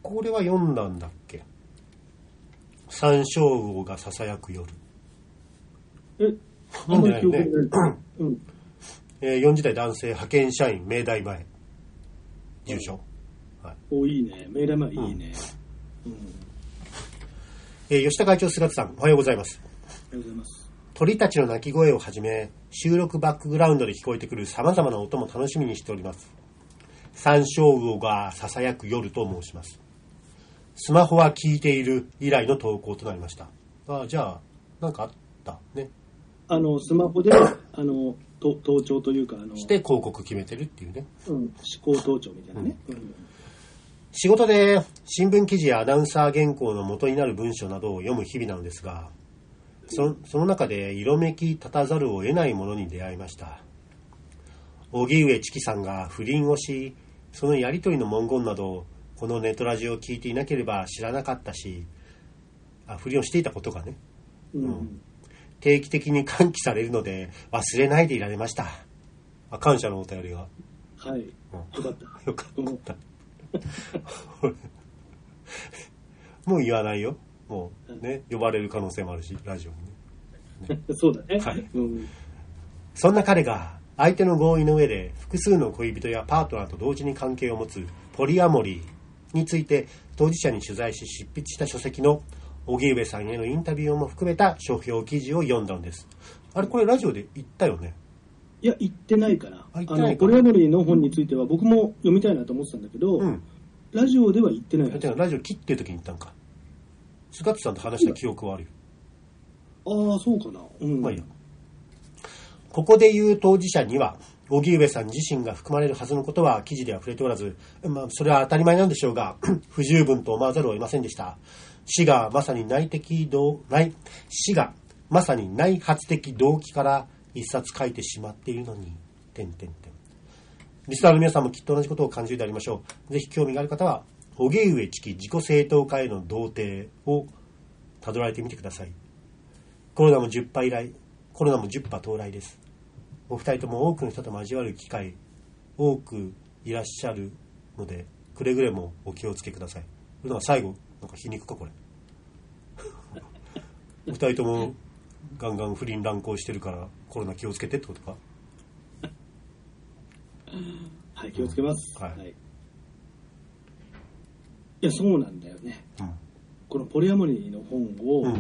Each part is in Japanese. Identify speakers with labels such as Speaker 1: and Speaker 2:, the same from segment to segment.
Speaker 1: これは読んだんだっけ。山椒魚がささやく夜。
Speaker 2: あんまり記憶にない。
Speaker 1: 40代男性派遣社員明大前住所、はい、
Speaker 2: お、いいね。明大前いいね、
Speaker 1: 吉田会長、菅田さん、おはようございます。
Speaker 2: おはようございます。
Speaker 1: 鳥たちの鳴き声をはじめ、収録バックグラウンドで聞こえてくる様々な音も楽しみにしております。山椒魚がささやく夜と申します。スマホは聞いている以来の投稿となりました。じゃあなんかあったね。
Speaker 2: スマホで盗聴というか
Speaker 1: して広告決めてるっていうね。
Speaker 2: 思考盗聴みたいなね。
Speaker 1: 仕事で新聞記事やアナウンサー原稿の元になる文章などを読む日々なのですが、その中で色めき立たざるを得ないものに出会いました。荻上チキさんが不倫をし、そのやりとりの文言などこのネットラジオを聞いていなければ知らなかったし、不倫をしていたことがね、定期的に喚起されるので忘れないでいられました。感謝のお便りが。
Speaker 2: はい。よかった。
Speaker 1: よかった。もう言わないよ。もうね、呼ばれる可能性もあるし、ラジオにね。
Speaker 2: そうだね。
Speaker 1: はい。そんな彼が相手の合意の上で複数の恋人やパートナーと同時に関係を持つポリアモリーについて当事者に取材し執筆した書籍の荻上さんへのインタビューも含めた書評記事を読んだんです。あれ、これラジオで言ったよね。
Speaker 2: いや、言ってないかな。ポリアモリーの本については僕も読みたいなと思ってたんだけど、ラジオでは言ってない。
Speaker 1: ラジオ切ってる時に言ったんか。菅田さんと話した記憶はある
Speaker 2: よ。ああ、そうかな。
Speaker 1: まあいいや。ここで言う当事者には荻上さん自身が含まれるはずのことは記事では触れておらず、それは当たり前なんでしょうが不十分と思わざるを得ませんでした。死がまさに内発的動機から一冊書いてしまっているのにリスナーの皆さんもきっと同じことを感じるでありましょう。ぜひ興味がある方は荻上チキ自己正当化への童貞をたどられてみてください。コロナも10波到来です。お二人とも多くの人と交わる機会多くいらっしゃるので、くれぐれもお気をつけください。それは最後なんか皮肉かこれ。お二人ともガンガン不倫乱行してるからコロナ気をつけてってことか。
Speaker 2: はい、気をつけます。
Speaker 1: はい。
Speaker 2: いや、そうなんだよね。このポリアモリーの本を、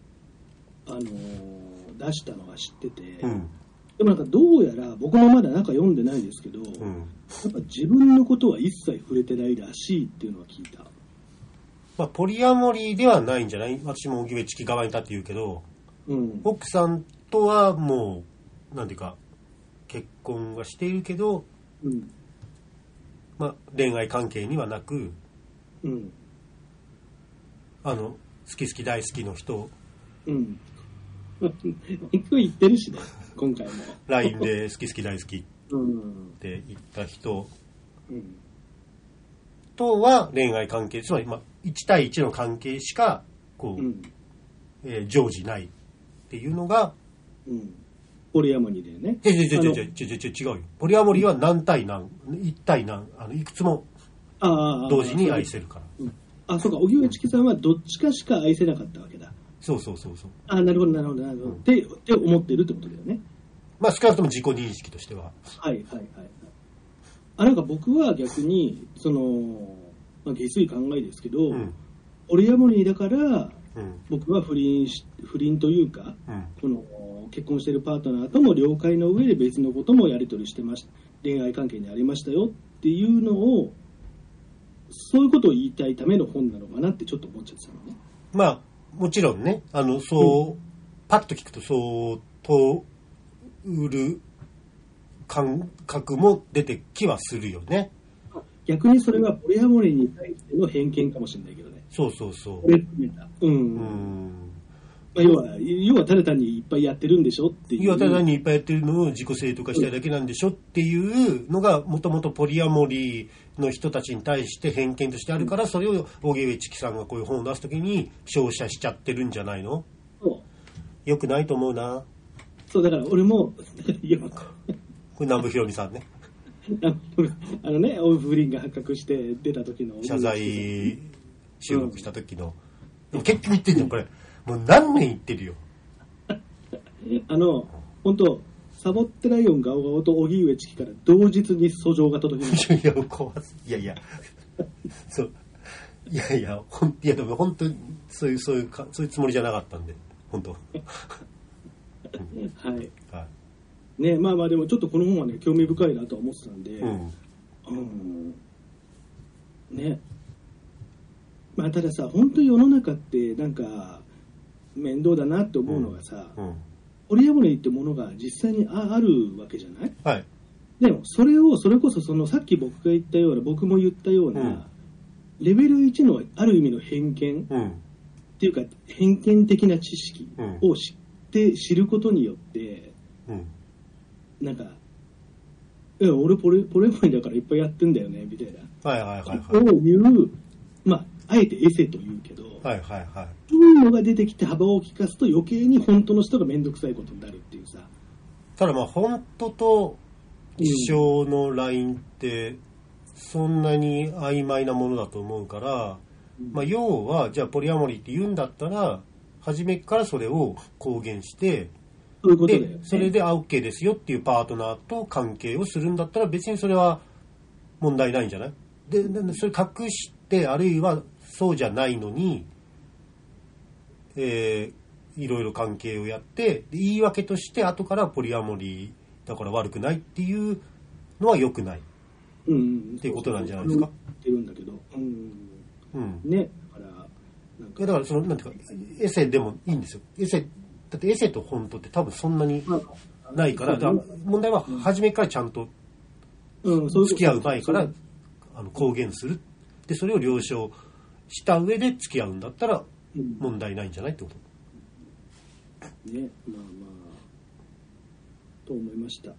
Speaker 2: 出したのは知ってて、でもなんかどうやら僕もまだ読んでないですけど、やっぱ自分のことは一切触れてないらしいっていうのは聞いた。
Speaker 1: ポリアモリーではないんじゃない？私も荻上チキ側に立って言うけど、奥さんとはもうなんていうか結婚はしているけど、恋愛関係にはなく、好き大好きの人、
Speaker 2: 言ってるしね、今回も
Speaker 1: LINE で好き大好きって言った人とは恋愛関係、つまり1対1の関係しか常時ないっていうのが、
Speaker 2: ポリアモリーだよね。
Speaker 1: 違うよ。ポリアモリーは何対何、1対何、いくつも同時に愛せるから。
Speaker 2: そうか、荻上チキさんはどっちかしか愛せなかったわけだ。
Speaker 1: そう。
Speaker 2: なるほど。って思ってるってことだよね。
Speaker 1: 少なくとも自己認識としては。
Speaker 2: はい。なんか僕は逆に下水考えですけど、ポリアモリーだから、僕は不倫というか、この結婚しているパートナーとも了解の上で別のこともやり取りしてました、恋愛関係にありましたよっていうのを、そういうことを言いたいための本なのかなってちょっと思っちゃってたのね。
Speaker 1: もちろんね、パッと聞くとそう通る感覚も出てきはするよね。
Speaker 2: 逆にそれはポリアモリーに対しての偏見かもしれないけどね。
Speaker 1: そう。
Speaker 2: 要はただ単にいっぱいやってるんでしょっていう。
Speaker 1: 要はただ単にいっぱいやってるのを自己正当化したいだけなんでしょっていうのがもともとポリアモリーの人たちに対して偏見としてあるから、それを荻上チキさんがこういう本を出すときに照射しちゃってるんじゃないの？よくないと思うな。
Speaker 2: そうだから俺も
Speaker 1: これ南部ひろみさんね。
Speaker 2: ね、不倫が発覚して出た時の
Speaker 1: 謝罪収録した時の、でも結局言ってんじゃんこれ、もう何年言ってるよ。
Speaker 2: 本当サボってライオンガオガオと荻上チキから同日に訴状が届きました。
Speaker 1: いや怖す、いやそういやでも本当にそういうつもりじゃなかったんで本当。
Speaker 2: はい。ね、まあでもちょっとこの本はね興味深いなとは思ってたんで、ね。まあたださ、本当に世の中ってなんか面倒だなって思うのがさ、ポリアモリーってものが実際にあるわけじゃない？
Speaker 1: はい。
Speaker 2: でもそれこそさっき僕も言ったような、レベル1のある意味の偏見、っていうか偏見的な知識を知ることによって、なんか俺ポリアモリーだからいっぱいやってんだよねみたいな、そういう、まああえてエセと言うけど、そういうのが出てきて幅を利かすと余計に本当の人が面倒くさいことになるっていうさ。
Speaker 1: ただまあ本当と気象のラインってそんなに曖昧なものだと思うから、まあ、要はじゃあポリアモリーって言うんだったら初めからそれを公言して、でそれでOK ですよっていうパートナーと関係をするんだったら別にそれは問題ないんじゃない？でそれ隠してあるいはそうじゃないのに、いろいろ関係をやって言い訳として後からポリアモリーだから悪くないっていうのは良くない、っていうことなんじゃないですか。
Speaker 2: ってるんだけど、ね、
Speaker 1: だからそのなんていうかエセでもいいんですよ。だってエセと本当って多分そんなにないから、問題は初めからちゃんと付き合う前から公言する。でそれを了承した上で付き合うんだったら問題ないんじゃないってこと。
Speaker 2: ね、まあと思いました。はい。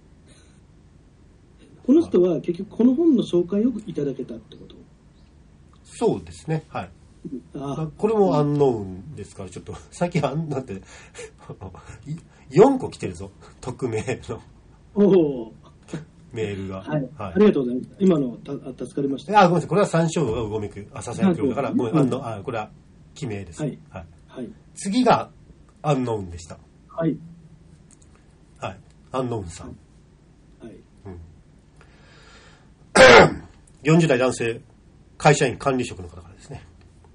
Speaker 2: この人は結局この本の紹介をいただけたってこと？
Speaker 1: そうですね。はい。これもアンノーンですから、ちょっと最近なんて4個来てるぞ、匿名のメールが、
Speaker 2: ありがとうございます。今の助かりました。
Speaker 1: ごめんなさい、これは山椒魚がうごめく朝鮮教だから、ごめん、これは記名です。次がアンノーンでした。はい、アンノーンさん。40代男性、会社員管理職の方からですね。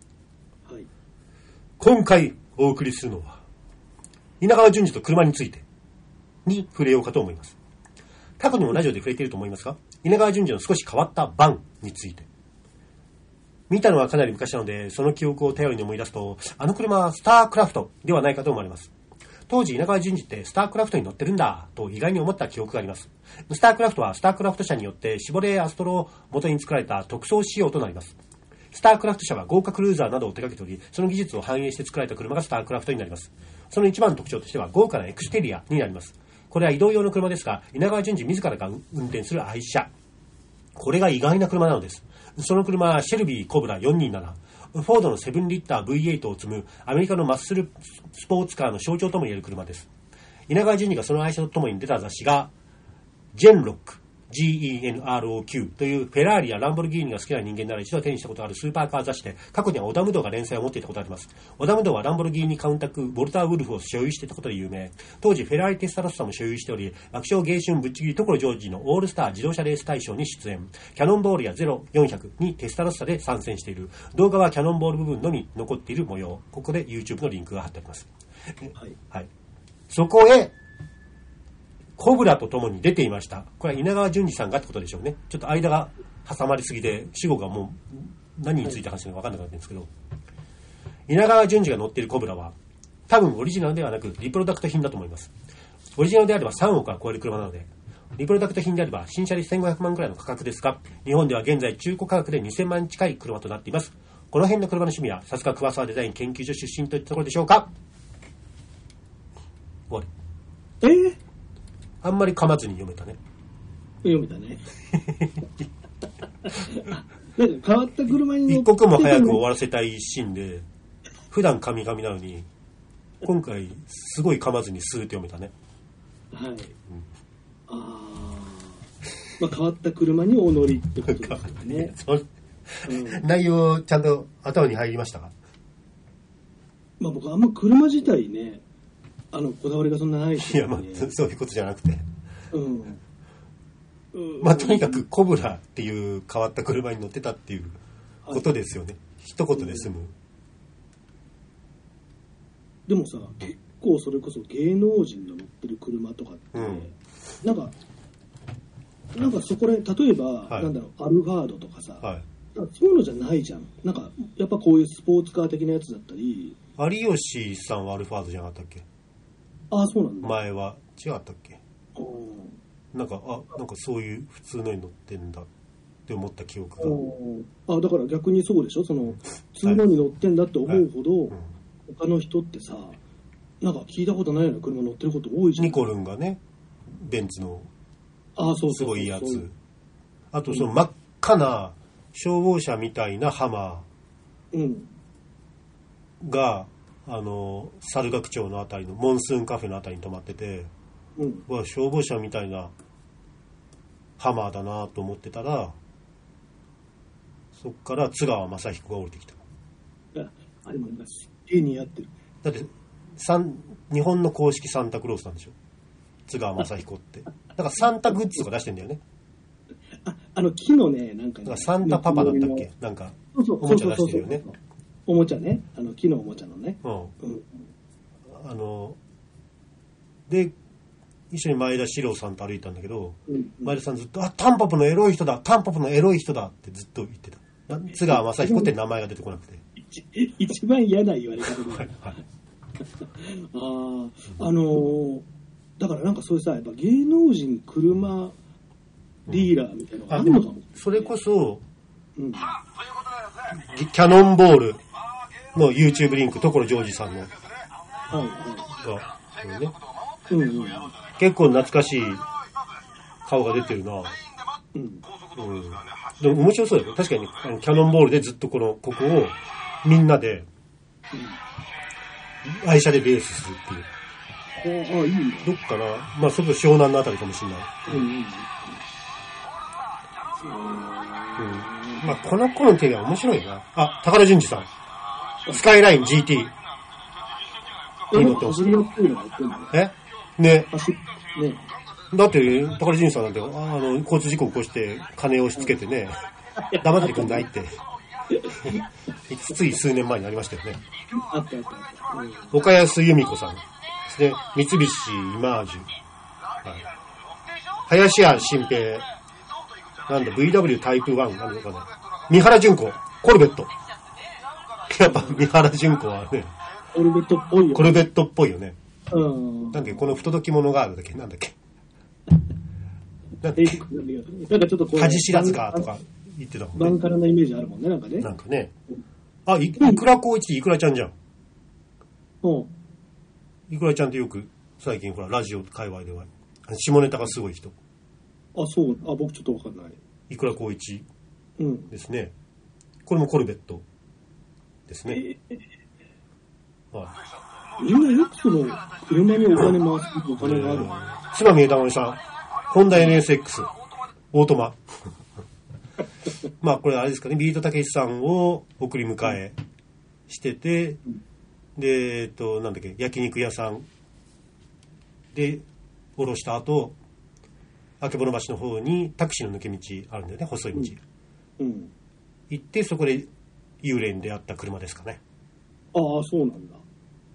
Speaker 1: 今回お送りするのは稲川淳二と車についてに触れようかと思います。過去にもラジオで触れていると思いますが、稲川淳二の少し変わったバンについて。見たのはかなり昔なので、その記憶を頼りに思い出すと、あの車はスタークラフトではないかと思われます。当時稲川淳二ってスタークラフトに乗ってるんだと意外に思った記憶があります。スタークラフトはスタークラフト社によってシボレーアストロを元に作られた特装仕様となります。スタークラフト社は豪華クルーザーなどを手掛けており、その技術を反映して作られた車がスタークラフトになります。その一番の特徴としては豪華なエクステリアになります。これは移動用の車ですが、稲川淳二自らが運転する愛車。これが意外な車なのです。その車はシェルビーコブラ427、フォードの7リッター V8 を積むアメリカのマッスルスポーツカーの象徴ともいえる車です。稲川淳二がその愛車とともに出た雑誌が、ジェンロック。GENROQ というフェラーリやランボルギーニが好きな人間なら一度手にしたことがあるスーパーカー雑誌で、過去にはオダムドが連載を持っていたことがあります。オダムドはランボルギーニカウンタックウォルター・ウルフを所有していたことで有名。当時フェラーリテスタロッサも所有しており、爆笑芸春ぶっちぎり所ジョージのオールスター自動車レース大賞に出演。キャノンボールや0400にテスタロッサで参戦している。動画はキャノンボール部分のみ残っている模様。ここで YouTube のリンクが貼ってあります。そこへコブラと共に出ていました。これは稲川淳二さんがってことでしょうね。ちょっと間が挟まりすぎて主語がもう何について話してるのか分かんなかったんですけど、稲川淳二が乗っているコブラは多分オリジナルではなくリプロダクト品だと思います。オリジナルであれば3億は超える車なので、リプロダクト品であれば新車で1500万くらいの価格ですが、日本では現在中古価格で2000万近い車となっています。この辺の車の趣味はさすが桑沢デザイン研究所出身といったところでしょうか。終わり。あんまり噛まずに読めたね。
Speaker 2: 読めたね。なんか変わった車に乗って
Speaker 1: 一刻も早く終わらせたいシーンで、普段噛み噛みなのに、今回すごい噛まずにスーって読めたね。
Speaker 2: はい。 まあ、変わった車にお乗りってことですよね。
Speaker 1: 内容ちゃんと頭に入りましたか？
Speaker 2: まあ、僕あんま車自体ね、こだわりがそんなないし、ね、
Speaker 1: いや、まあ、そういうことじゃなくて。まあ、とにかくコブラっていう変わった車に乗ってたっていうことですよね。一言で済む。
Speaker 2: でもさ、結構それこそ芸能人の乗ってる車とかって、なんかそこで例えば、なんだろう、アルファードとかさ、そういうのじゃないじゃん。なんかやっぱこういうスポーツカー的なやつだったり。
Speaker 1: 有吉さんはアルファードじゃなかったっけ？
Speaker 2: ああ、そうなんだ。
Speaker 1: 前は違ったっけ？なんかそういう普通のに乗ってんだって思った記憶
Speaker 2: が。だから逆にそうでしょ。その普通のに乗ってんだって思うほど、他の人ってさ、なんか聞いたことないような車乗ってること多いじゃん。
Speaker 1: ニコルンがね、ベンツのすごいやつ。あとその真っ赤な消防車みたいなハマーが、猿楽町のあたりのモンスーンカフェのあたりに泊まってて、消防車みたいなハマーだなと思ってたら、そっから津川雅彦が降りてきた。
Speaker 2: あれも今すっげえ似合ってる。
Speaker 1: だって日本の公式サンタクロースなんでしょ、津川雅彦って。だからサンタグッズとか出してんだよね。
Speaker 2: 木のね、なんか、ね、
Speaker 1: だからサンタパパだったっけ、なんかおもちゃ出してるよね。
Speaker 2: おもちゃね、木のおもちゃのね。
Speaker 1: で一緒に前田史郎さんと歩いたんだけど、前田さんずっとタンポポのエロい人だ、タンポポのエロい人だってずっと言ってた。津川雅彦って名前が出てこなくて
Speaker 2: 一番嫌な言われ方でだからなんかそういうさ、やっぱ芸能人車ディーラーみたいなのがあるのかも、
Speaker 1: それこそ、キャノンボールの YouTube リンク、所ジョージさんのが、これね、結構懐かしい顔が出てるな。でも面白そうだよ。確かにキャノンボールでずっとここをみんなで愛車でレースするっていう。
Speaker 2: いいね。
Speaker 1: どっかな、まあそれこそ湘南のあたりかもしれない。まあこの子の手が面白いな。高田純次さん、スカイライン GT に乗ってます。ね。だって高田純次さんなんて交通事故を起こして金を押し付けてね、黙ってくんないってつい数年前にありましたよね。岡安由美子さんですね。三菱イマージュ、林家新平、なんだ VW タイプ1なんだかな、三原純子コルベット。やっぱ三原純子はね、
Speaker 2: コルベットっぽいよね。
Speaker 1: コルベットっぽいよね。なんだっけ、この不届き者があるだっけ、なんだっけ、なんかちょっと恥知らずかとか言ってたもんね。
Speaker 2: バンカラなイメージあるもんね、なんかね。
Speaker 1: なんかね。いくらこういちいくらちゃんじゃん。いくらちゃんってよく最近ほらラジオ界隈では下ネタがすごい人。
Speaker 2: そう。僕ちょっとわかんない。
Speaker 1: いくらこういちですね。これもコルベットですね。
Speaker 2: みんなよくその車にお金回すお金がある。
Speaker 1: 妻宮玉美さん、ホンダ NSX オートマ。まあこれあれですかね、ビートたけしさんを送り迎えしてて、でなんだっけ、焼肉屋さんで降ろした後、あけぼの橋の方にタクシーの抜け道あるんだよね、細い道、行ってそこで幽霊に出会った車ですかね。
Speaker 2: そうなんだ。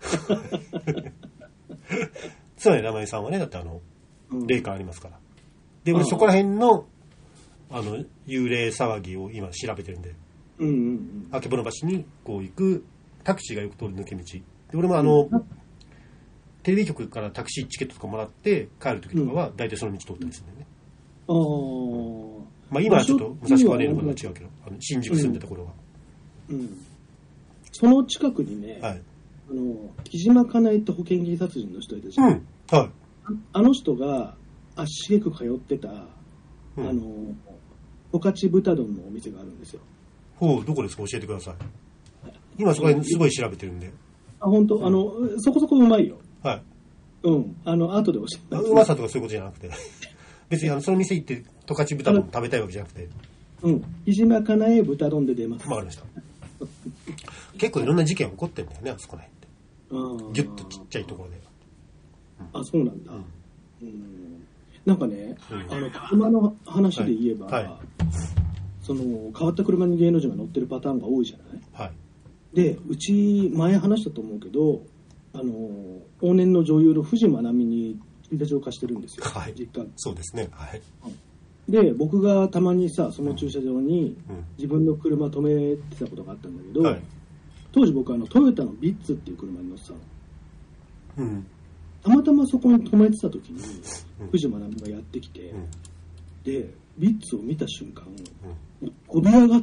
Speaker 1: つまり名前さんはね、だって霊感ありますから。で俺そこら辺の幽霊騒ぎを今調べてるんで、あけぼの橋にこう行くタクシーがよく通る抜け道で、俺もテレビ局からタクシーチケットとかもらって帰る時とかは大体その道通ったりするんだよね。まあ今はちょっと武蔵小金井の方が違うけど、新宿住んでた頃は、
Speaker 2: その近くにね、木島かなえって保険金殺人の人いたじゃん。あの人が足しげく通ってた十勝豚丼のお店があるんですよ。
Speaker 1: どこですか、教えてください。今そこですごい調べてるんで。
Speaker 2: 本当、そこそこうまいよ。後で教えて。
Speaker 1: うまさとかそういうことじゃなくて別にその店行って十勝豚丼食べたいわけじゃなくて。
Speaker 2: 木島かなえ豚丼で出ます。
Speaker 1: わかりました。結構いろんな事件起こってんだよね、あそこら辺って。ギュッとちっちゃいところで。
Speaker 2: そうなんだ。なんかね、車の話で言えば、その変わった車に芸能人が乗ってるパターンが多いじゃない。で、うち前話したと思うけど、往年の女優の藤間奈美に駐車場貸してるんですよ、実家。
Speaker 1: そうですね。
Speaker 2: で、僕がたまにさ、その駐車場に自分の車止めてたことがあったんだけど、当時僕はトヨタのビッツっていう車に乗ってたの。たまたまそこに止めてた時に藤間奈美がやってきて、でビッツを見た瞬間、飛び上がって、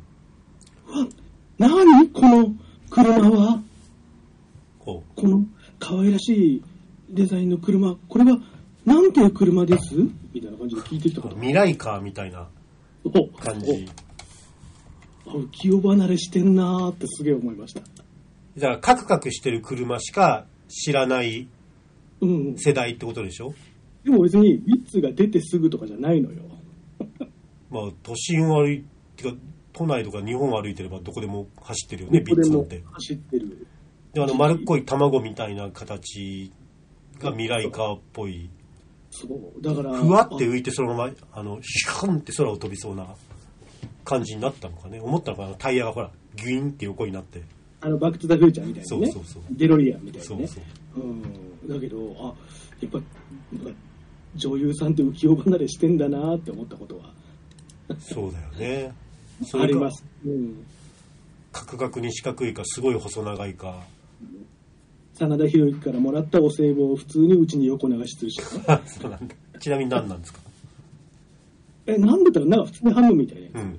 Speaker 2: 何この車は、この可愛らしいデザインの車、これはなんていう車ですみたいな感じで聞いてきたこと。
Speaker 1: 未来カーみたいな感じ。
Speaker 2: 浮世離れしてんなーってすげえ思いました。
Speaker 1: だからカクカクしてる車しか知らない世代ってことでしょ。
Speaker 2: でも別にビッツが出てすぐとかじゃないのよ。
Speaker 1: 都心を歩いてか都内とか日本を歩いてればどこでも走ってるよね、ビッツなんて。
Speaker 2: 走ってる。
Speaker 1: で丸っこい卵みたいな形が未来カーっぽい。
Speaker 2: そうだから
Speaker 1: ふわって浮いてそのままヒュンって空を飛びそうな感じになったのかね。思ったのかな、タイヤがほらギュインって横になって、
Speaker 2: バックトゥザフューチャーみたいなね。デロリアンみたいなね。だけどやっぱ女優さんって浮世離れしてんだなって思ったことは
Speaker 1: そうだよね。
Speaker 2: あります。
Speaker 1: カクカクに四角いかすごい細長いか。
Speaker 2: 真田広之からもらったお歳暮を普通にうちに横流しするし
Speaker 1: そうなんだ。ちなみに何なんですか。
Speaker 2: なんだったらなんか普通にハムみたいなや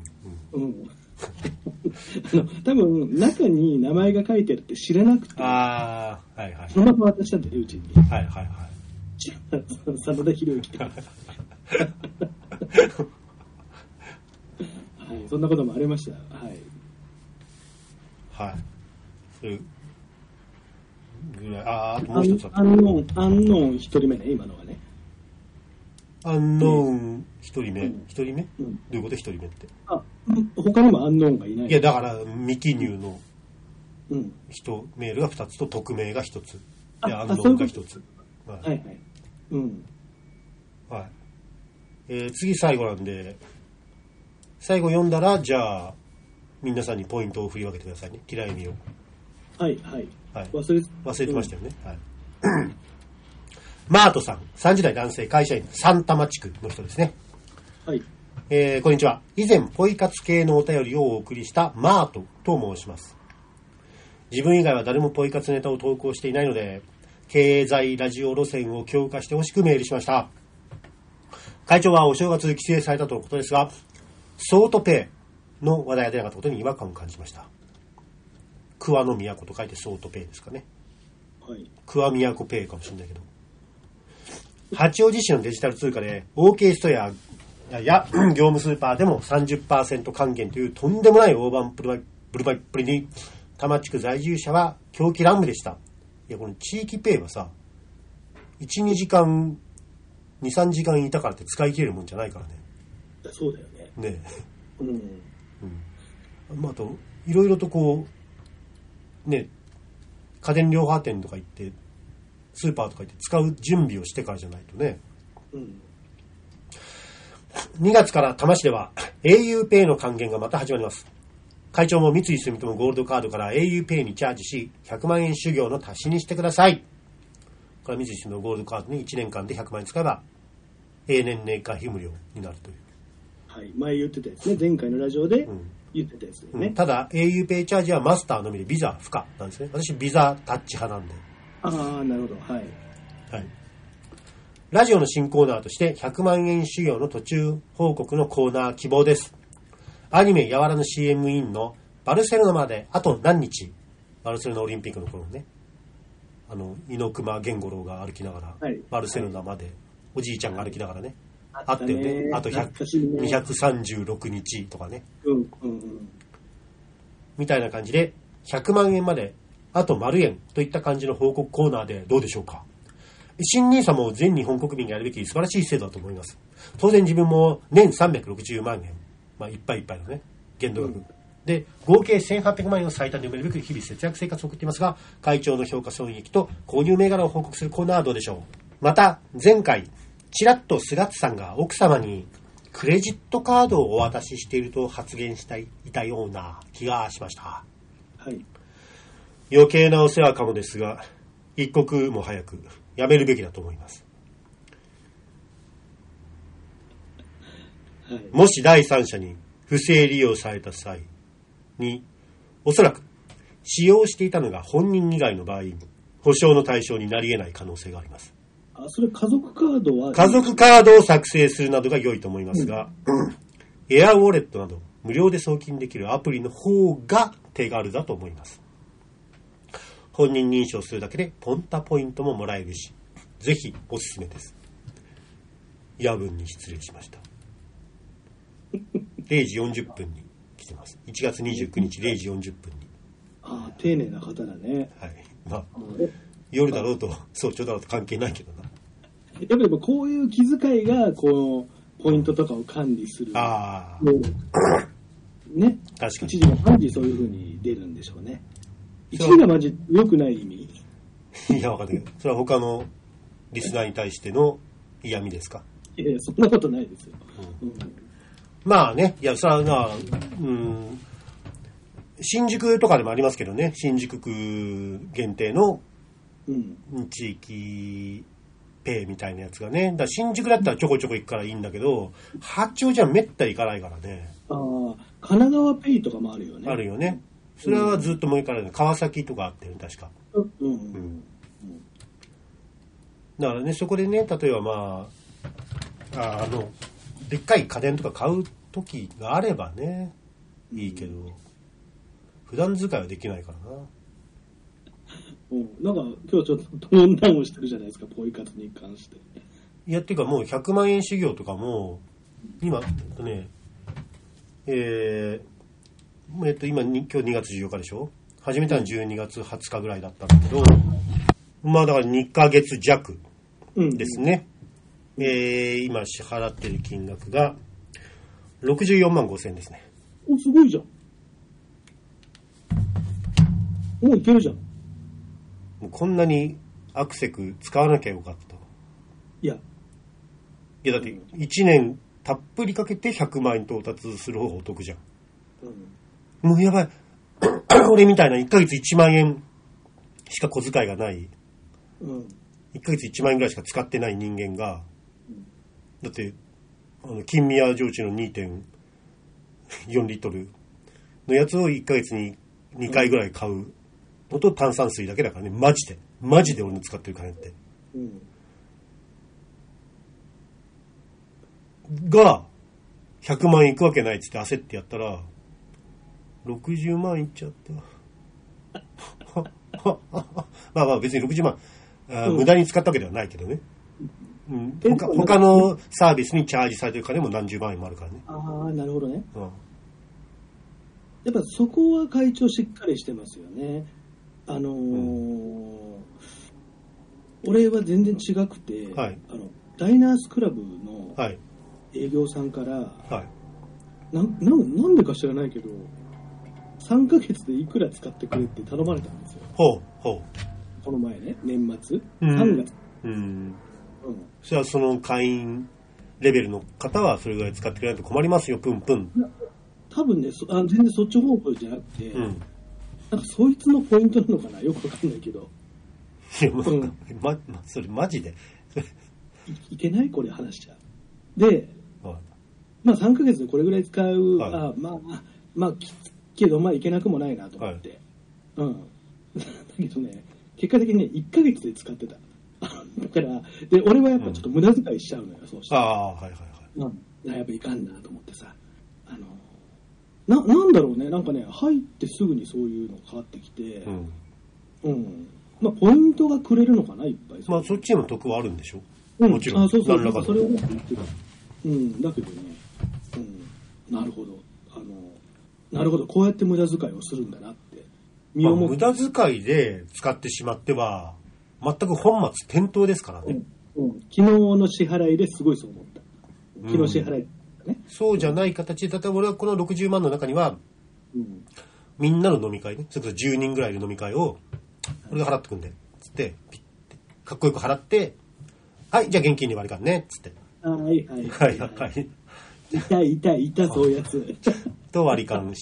Speaker 2: つ。多分中に名前が書いてあるって知らなくて、そのまま渡したんだよね、うちに。真田広之ってそんなこともありました。
Speaker 1: それぐらい。あともう一つ
Speaker 2: アンノーン一人目ね、今のはね。
Speaker 1: アンノーン一人目、一人目、どういうこと一人目って。
Speaker 2: 他にもアンノーンがいない。
Speaker 1: いやだから未記入の人メールが2つと匿名が1つでアンノーンが1つ。次最後なんで、最後読んだらじゃあ皆さんにポイントを振り分けてくださいね。嫌いみを。忘れてましたよね。マートさん、30代男性会社員、三多摩地区の人ですね。こんにちは。以前ポイ活系のお便りをお送りしたマートと申します。自分以外は誰もポイ活ネタを投稿していないので、経済ラジオ路線を強化してほしくメールしました。会長はお正月帰省されたとのことですが、ソートペイの話題が出なかったことに違和感を感じました。桑の都と書いてソートペイですかね。桑都ペイかもしれないけど。八王子市のデジタル通貨で OK ストアや業務スーパーでも 30% 還元というとんでもない大盤振る舞いっぷりに多摩地区在住者は狂気乱舞でした。いやこの地域ペイはさ、 1,2 時間 2,3 時間いたからって使い切れるもんじゃないからね。
Speaker 2: そうだよね。
Speaker 1: ねあといろいろとこうね、家電量販店とか行ってスーパーとか行って使う準備をしてからじゃないとね。2月から多摩市では auPay の還元がまた始まります。会長も三井住友ゴールドカードから auPay にチャージし100万円修行の足しにしてください。これは三井住友ゴールドカードに1年間で100万円使えば永年年間費無料になるという。
Speaker 2: 前言ってたやつね。前回のラジオで言ってたやつだよね。
Speaker 1: ただ auPay チャージはマスターのみでビザ不可なんですね。私ビザタッチ派なんで。
Speaker 2: なるほど。
Speaker 1: ラジオの新コーナーとして100万円修行の途中報告のコーナー希望です。アニメやわらぬ CM インのバルセロナまであと何日。バルセロナオリンピックの頃ね、猪熊源五郎が歩きながら、バルセロナまでおじいちゃんが歩きながらね、あったよね。あと236日とかね、みたいな感じで100万円まであと丸円といった感じの報告コーナーでどうでしょうか。 新NISAも全日本国民がやるべき素晴らしい制度だと思います。当然自分も年360万円、まあいっぱいいっぱいのね、限度額。で、合計1800万円を最短で埋めるべく日々節約生活を送っていますが、会長の評価損益と購入銘柄を報告するコーナーはどうでしょう。また、前回、ちらっと菅津さんが奥様にクレジットカードをお渡ししていると発言していたような気がしました。
Speaker 2: はい。
Speaker 1: 余計なお世話かもですが、一刻も早くやめるべきだと思います。はい、もし第三者に不正利用された際に、おそらく使用していたのが本人以外の場合、保証の対象になり得ない可能性があります。
Speaker 2: それ家族カードは
Speaker 1: 家族カードを作成するなどが良いと思いますが、エアウォレットなど無料で送金できるアプリの方が手軽だと思います。本人認証するだけでポンタポイントももらえるし、ぜひおすすめです。夜分に失礼しました。0時40分に来てます。1月29日0時40分に。
Speaker 2: ああ、丁寧な方だね。
Speaker 1: はい。まあ、夜だろうと早朝だろうと関係ないけどな。
Speaker 2: やっぱりこういう気遣いがこうポイントとかを管理する。
Speaker 1: ああ。
Speaker 2: ね。
Speaker 1: 確かに。
Speaker 2: 一時がマジそういう風に出るんでしょうね。一時がマジ良くない意味。
Speaker 1: いや、わかんないけど、それは他のリスナーに対しての嫌味ですか？
Speaker 2: いやいや、そんなことないですよ。うん、
Speaker 1: まあね、いや、さあ、新宿とかでもありますけどね、新宿区限定の地域ペイみたいなやつがね、だから新宿だったらちょこちょこ行くからいいんだけど、八王子はめったに行かないからね。
Speaker 2: ああ、神奈川ペイとかもあるよね。
Speaker 1: あるよね。それはずっともう行かない、川崎とかあってる、確か。だからね、そこでね、例えばまあ、でっかい家電とか買う時があればね、いいけど、普段使いはできないからな。
Speaker 2: なんか今日ちょっとトーンダウンしてるじゃないですか、ポイ活に関して。
Speaker 1: いや、っていうかもう100万円修行とかも、今、ね、今2月14日でしょ？始めたの12月20日ぐらいだったんだけど、まあだから2ヶ月弱ですね。今支払ってる金額が64万5千円ですね。
Speaker 2: お、すごいじゃん。もういけるじゃん。
Speaker 1: もうこんなにアクセク使わなきゃよかった。いやだって1年たっぷりかけて100万円到達する方がお得じゃん。もうやばい。俺みたいな1ヶ月1万円しか小遣いがない。1ヶ月1万円ぐらいしか使ってない人間が、だって金宮焼酎の 2.4 リットルのやつを1ヶ月に2回ぐらい買うのと炭酸水だけだからね。マジで俺の使ってる金って、が100万円いくわけないっつって焦ってやったら60万いっちゃったまあ別に60万無駄に使ったわけではないけどね。他のサービスにチャージされてる金も何十万円もあるからね。
Speaker 2: ああ、なるほどね。やっぱそこは会長しっかりしてますよね。俺は全然違くて、はい、ダイナースクラブの営業さんから、はい、なんでか知らないけど3ヶ月でいくら使ってくれって頼まれたんですよ。この前ね、年末、3月。
Speaker 1: それはその会員レベルの方はそれぐらい使ってくれないと困りますよ、プンプン。
Speaker 2: 多分ね、全然そっち方向じゃなくて、なんかそいつのポイントなのかな、よくわかんないけど。
Speaker 1: それマジで
Speaker 2: いけないこれ話しちゃう。で、まあ3ヶ月でこれぐらい使う、まあけどまあいけなくもないなと思って、だけどね、結果的にね1ヶ月で使ってた。だからで俺はやっぱちょっと無駄遣いしちゃうのよ、そうして。やっぱいかんなと思ってさ、なんだろうね、なんかね、入ってすぐにそういうの変わってきて、まあポイントがくれるのかな、いっぱい。
Speaker 1: まあそっちへの得はあるんでしょ。もちろん。
Speaker 2: そうそれを言ってた。だけどね、なるほど、なるほど、こうやって無駄遣いをするんだなって。
Speaker 1: 無駄遣いで使ってしまっては全く本末転倒ですからね。
Speaker 2: 昨日の支払いですごいそう思った。昨日支払い、ね、
Speaker 1: そうじゃない形で、例えば俺はこの60万の中には、みんなの飲み会ね、それこそ10人ぐらいの飲み会を、俺が払ってくんで、つって、かっこよく払って、はい、じゃあ現金で割り勘ね、つって。
Speaker 2: はいはいはいはい。いた、そういうやつ。
Speaker 1: と割り勘して、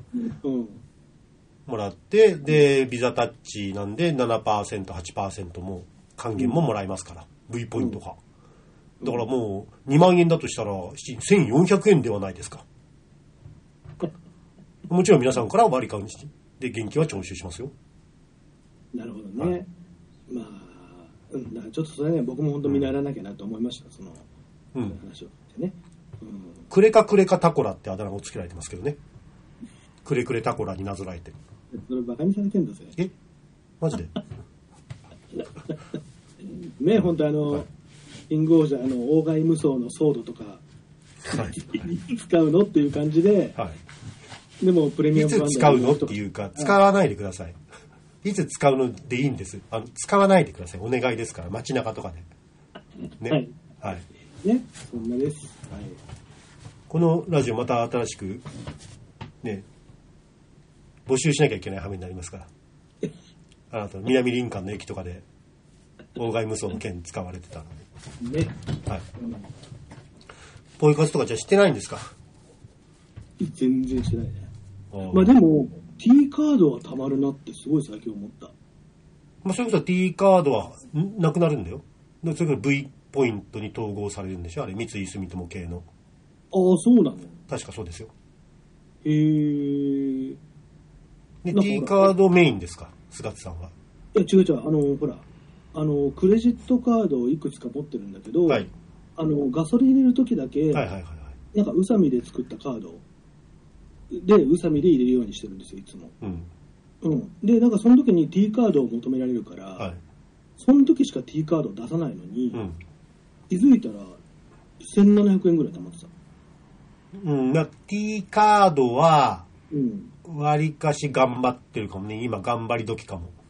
Speaker 1: もらって、で、ビザタッチなんで 7%、8% も還元ももらえますから、V ポイントが。だからもう2万円だとしたら1400円ではないですか。もちろん皆さんから割り勘して、で、現金は徴収しますよ。
Speaker 2: なるほどね。はい、まあ、だからちょっとそれね、僕も本当見習わなきゃなと思いました、その話をしてね。
Speaker 1: クレカクレカタコラってあだ名をつけられてますけどね。クレクレタコラになぞらえて。
Speaker 2: それバカにされてんだぜ。
Speaker 1: えマジで
Speaker 2: ね、本当キングオージャーの王外無双のソードとか、はい、使うのっていう感じで、はい、でもプレミアム
Speaker 1: いつ使うのっていうか、使わないでください。いつ使うのでいいんです。使わないでください。お願いですから、街中とかで。ね。はい。はい。
Speaker 2: ね、そんなです。はい。
Speaker 1: このラジオまた新しく、ね、募集しなきゃいけない羽目になりますから。あなた、南林間の駅とかで、妨害無双の件使われてたので。ね。はい。ポイ活とかじゃしてないんですか？
Speaker 2: 全然してないね。まあでも、T カードはたまるなってすごい最近思った。
Speaker 1: まあそれこそ T カードはなくなるんだよ。それから V ポイントに統合されるんでしょ、あれ、三井住友系の。
Speaker 2: ああ、そうなの？
Speaker 1: 確かそうですよ。
Speaker 2: へえ。
Speaker 1: で、T カードメインですか、菅津さんは。
Speaker 2: いや、違う、ほら、クレジットカードをいくつか持ってるんだけど、はい、ガソリン入れるときだけ、はいはいはいはい、なんか宇佐美で作ったカードで、宇佐美で入れるようにしてるんですよ、いつも。うん。で、なんかその時に T カードを求められるから、はい、その時しか T カードを出さないのに、気づいたら1700円ぐらい貯まってた。
Speaker 1: T カードは、割りかし頑張ってるかもね。今頑張り時かも。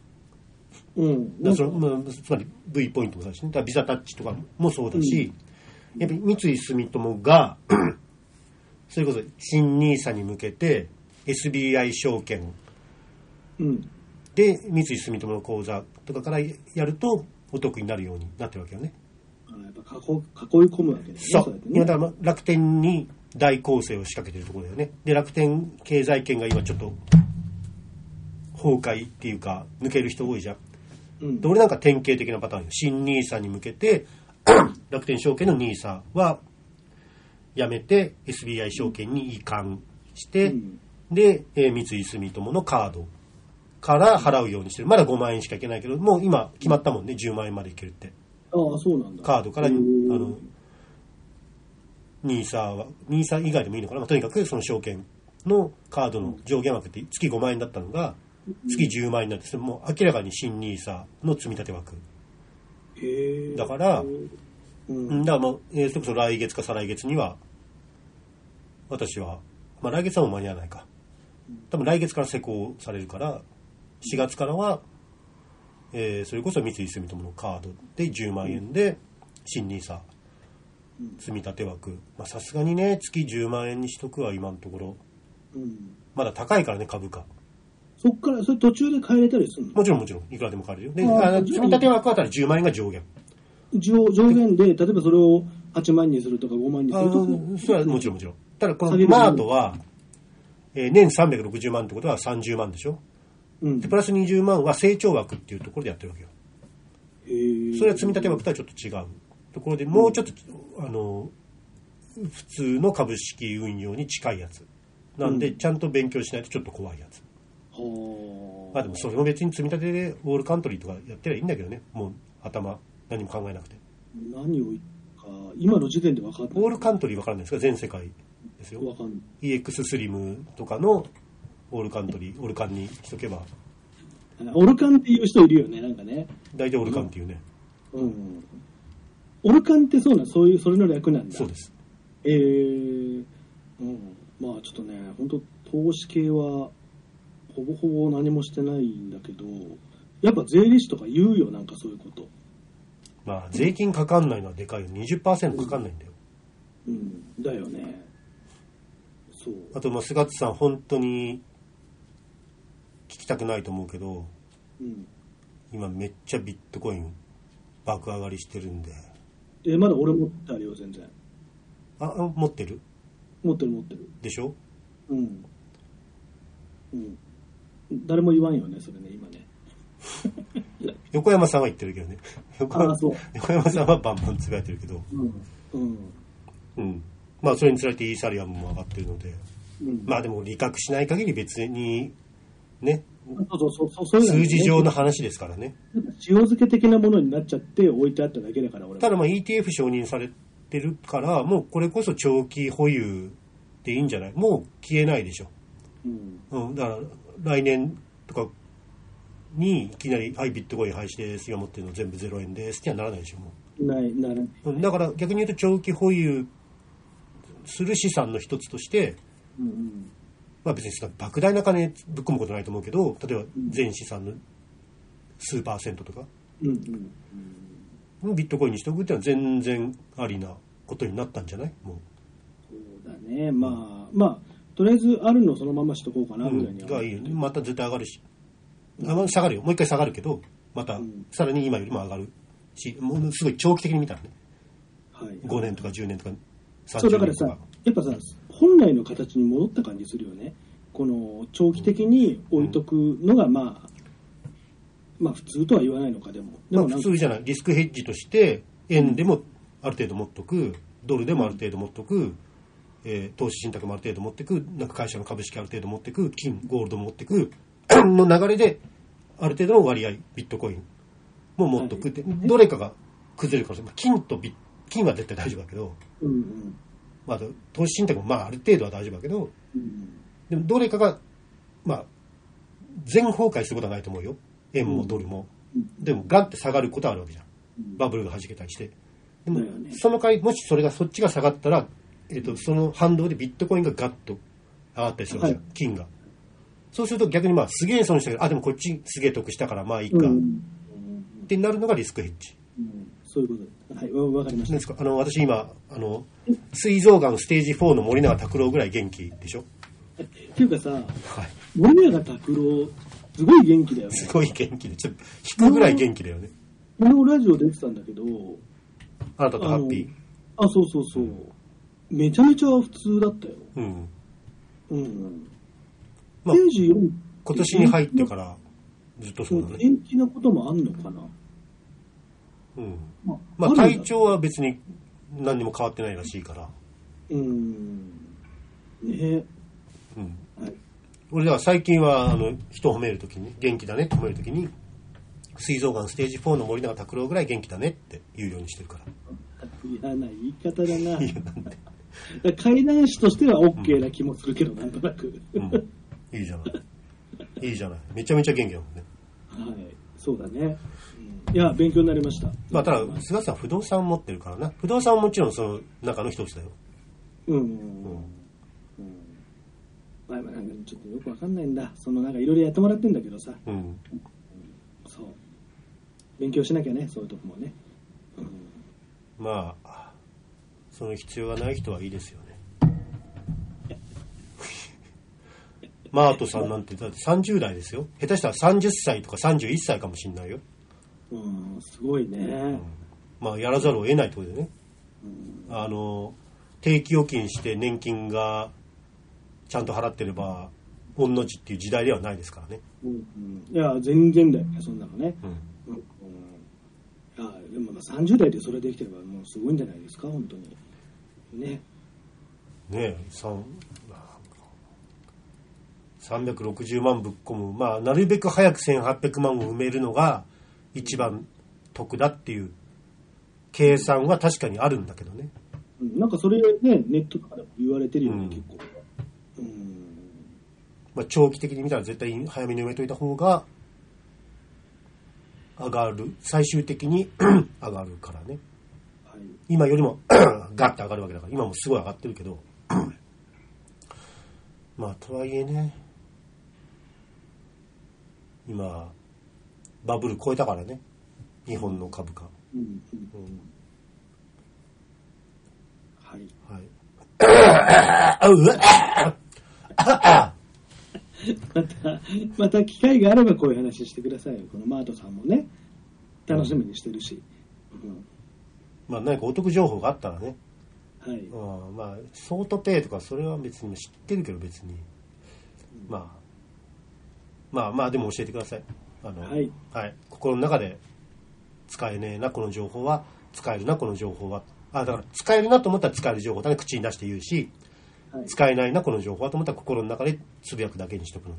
Speaker 1: つまり V ポイントもそうだし、ね、ビザタッチとかもそうだし、やっぱり三井住友がそれこそ新NISAに向けて SBI 証券で三井住友の口座とかからやるとお得になるようになってるわけよね。
Speaker 2: やっぱ囲い込むわけですね。
Speaker 1: そう。今だから楽天に大構成を仕掛けてるところだよね。で、楽天経済圏が今ちょっと崩壊っていうか抜ける人多いじゃん。で俺なんか典型的なパターンよ。新NISAに向けて楽天証券の NISA はやめて SBI 証券に移管して、で、三井住友のカードから払うようにしてる。まだ5万円しかいけないけど、もう今決まったもんね、10万円までいけるって。
Speaker 2: ああ、そうなんだ。
Speaker 1: カードからNISA 以外でもいいのかな、とにかくその証券のカードの上限枠って月5万円だったのが月10万円になって、もう明らかに新NISAの積み立て枠だから、だからもう、それこそ来月か再来月には私は、まあ来月はもう間に合わないか、多分来月から施行されるから4月からは、それこそ三井住友のカードで10万円で新NISA積み立て枠、さすがにね月10万円にしとくは今のところ、まだ高いからね株価。
Speaker 2: そっからそれ途中で変えれたりするの？
Speaker 1: もちろんいくらでも買えるよ。で、積み立て枠あたり10万円が上限。
Speaker 2: 上限で、例えばそれを8万にするとか5万にするとか。
Speaker 1: それはもちろん。ただこのマートは、年360万ってことは30万でしょ。でプラス20万は成長枠っていうところでやってるわけよ。それは積み立て枠とはちょっと違うところで、もうちょっと普通の株式運用に近いやつなんで、ちゃんと勉強しないとちょっと怖いやつ。でもそれも別に積み立てでオールカントリーとかやってりゃいいんだけどね。もう頭何も考えなくて。
Speaker 2: 何を言うか今の時点で分かんない。
Speaker 1: オールカントリー分からないですか？全世界ですよ。
Speaker 2: 分かんない。
Speaker 1: EX スリムとかのオールカントリー、オルカンにしとけば。
Speaker 2: オルカンっていう人いるよね、なんかね。
Speaker 1: 大体オルカンっていうね。
Speaker 2: オルカンってそれの略なんだ。
Speaker 1: そうです。
Speaker 2: まあちょっとね、本当投資系はほぼほぼ何もしてないんだけど、 やっぱ税理士とか言うよ、なんかそういうこと。
Speaker 1: まあ税金かかんないのはでかいよ。 20% かかんないんだよ。
Speaker 2: うん、だよね。そう。
Speaker 1: あと菅津さん本当に聞きたくないと思うけど、今めっちゃビットコイン爆上がりしてるんで。
Speaker 2: まだ俺持ってあるよ、全然。
Speaker 1: 持ってる
Speaker 2: で
Speaker 1: しょ。
Speaker 2: 誰も言わんよね、それね、今ね。
Speaker 1: 横山さんは言ってるけどね。横山さんはバンバンつぶやいてるけど、まあそれにつられてイーサリアムも上がってるので、まあでも利確しない限り別にね、数字上の話ですからね。
Speaker 2: 塩漬け的なものになっちゃって置いてあっただけだから。俺
Speaker 1: ただまあ ETF 承認されてるから、もうこれこそ長期保有でいいんじゃない。もう消えないでしょ。だから来年とかにいきなりはいビットコイン廃止ですよ、持ってるの全部0円ですってはならないでしょ。もう
Speaker 2: ならない。
Speaker 1: だから逆に言うと長期保有する資産の一つとして、まあ別に莫大な金ぶっ込むことないと思うけど、例えば全資産の数%とか、ビットコインにしておくっていうのは全然ありなことになったんじゃない？もう。
Speaker 2: そうだね。まあとりあえずあるのそのまましとこうかなぐらいには。
Speaker 1: がいいよね。また絶対上がるし、下がるよ。もう一回下がるけど、またさらに今よりも上がるし、もうすごい長期的に見たらね。5年とか10年とか30年とか。
Speaker 2: そうだからさ、やっぱさ、本来の形に戻った感じするよね。この長期的に置いとくのがまあ普通とは言わないのか。でも
Speaker 1: 普通じゃない。リスクヘッジとして円でもある程度持っとく、ドルでもある程度持っとく、投資信託もある程度持ってく、なんか会社の株式ある程度持ってく、金ゴールドも持ってくの流れである程度の割合ビットコインも持っとくって、どれかが崩れるかもしれない。金は絶対大丈夫だけど、まあ、投資信託もまあある程度は大丈夫だけど、でもどれかがまあ全崩壊することはないと思うよ。円もドルも、でもガンって下がることはあるわけじゃん。バブルが弾けたりして、でもその代わりもしそっちが下がったら、その反動でビットコインがガッと上がったりするわけじゃん、金が。そうすると逆にまあすげえ損したけど、でもこっちすげえ得したからまあいいか、ってなるのがリスクヘッジ。
Speaker 2: そういうこと。はい、わかりました。
Speaker 1: 私今膵臓がんステージ4の森永卓郎ぐらい元気でしょ。
Speaker 2: っていうかさ、森永卓郎すごい元気だよね。
Speaker 1: すごい元気で、ちょっと引くぐらい元気だよね。
Speaker 2: 俺もラジオ出てたんだけど、
Speaker 1: あなたとハッピ
Speaker 2: ー？そう。めちゃめちゃ普通だったよ。
Speaker 1: まあ、今年に入ってからずっとそうだね。
Speaker 2: 元気なこともあんのかな。
Speaker 1: まあ体調は別に何にも変わってないらしいから。俺では最近は人を褒めるときに元気だねって褒めるときに、膵臓がんステージ4の森永卓郎ぐらい元気だねって言うようにしてるから。
Speaker 2: 嫌な言い方だな。怪談師としては OK な気もするけど、なんとなく。
Speaker 1: いいじゃない。めちゃめちゃ元気だもんね。
Speaker 2: はい、そうだね。いや、勉強になりました。
Speaker 1: まあ、ただ菅さん不動産持ってるからな。不動産はもちろんその中の一つだよ。
Speaker 2: まあ、なんかちょっとよくわかんないんだ。そのなんかいろいろやってもらってんだけどさ。そう。勉強しなきゃね、そういうとこもね。
Speaker 1: まあその必要がない人はいいですよね。マートさんなんてだって30代ですよ。下手したら30歳とか31歳かもしれないよ。
Speaker 2: すごいね。
Speaker 1: まあやらざるを得ないところでね。定期預金して年金がちゃんと払ってれば御の字っていう時代ではないですからね。
Speaker 2: いや全然だよね、そんなのね。でも30代でそれできてればもうすごいんじゃないですか、本当にね。
Speaker 1: 360万ぶっ込む、まあなるべく早く1800万を埋めるのが一番得だっていう計算は確かにあるんだけどね。
Speaker 2: なんかそれね、ネットとかでも言われてるよね、結構。
Speaker 1: まあ、長期的に見たら絶対早めに埋めといた方が上がる、最終的に上がるからね。今よりもガッと上がるわけだから、今もすごい上がってるけどまあとはいえね、今バブル超えたからね、日本の株価。うんうん、
Speaker 2: はい。
Speaker 1: はい。
Speaker 2: また機会があればこういう話してくださいよ。このマートさんもね、楽しみにしてるし。
Speaker 1: まあ何かお得情報があったらね。
Speaker 2: はい。
Speaker 1: まあソートペイとかそれは別に知ってるけど別に、まあでも教えてください。はい、はい、心の中で使えねえなこの情報は、使えるなこの情報は、だから使えるなと思ったら使える情報だね口に出して言うし、はい、使えないなこの情報はと思ったら心の中でつぶやくだけにしとくの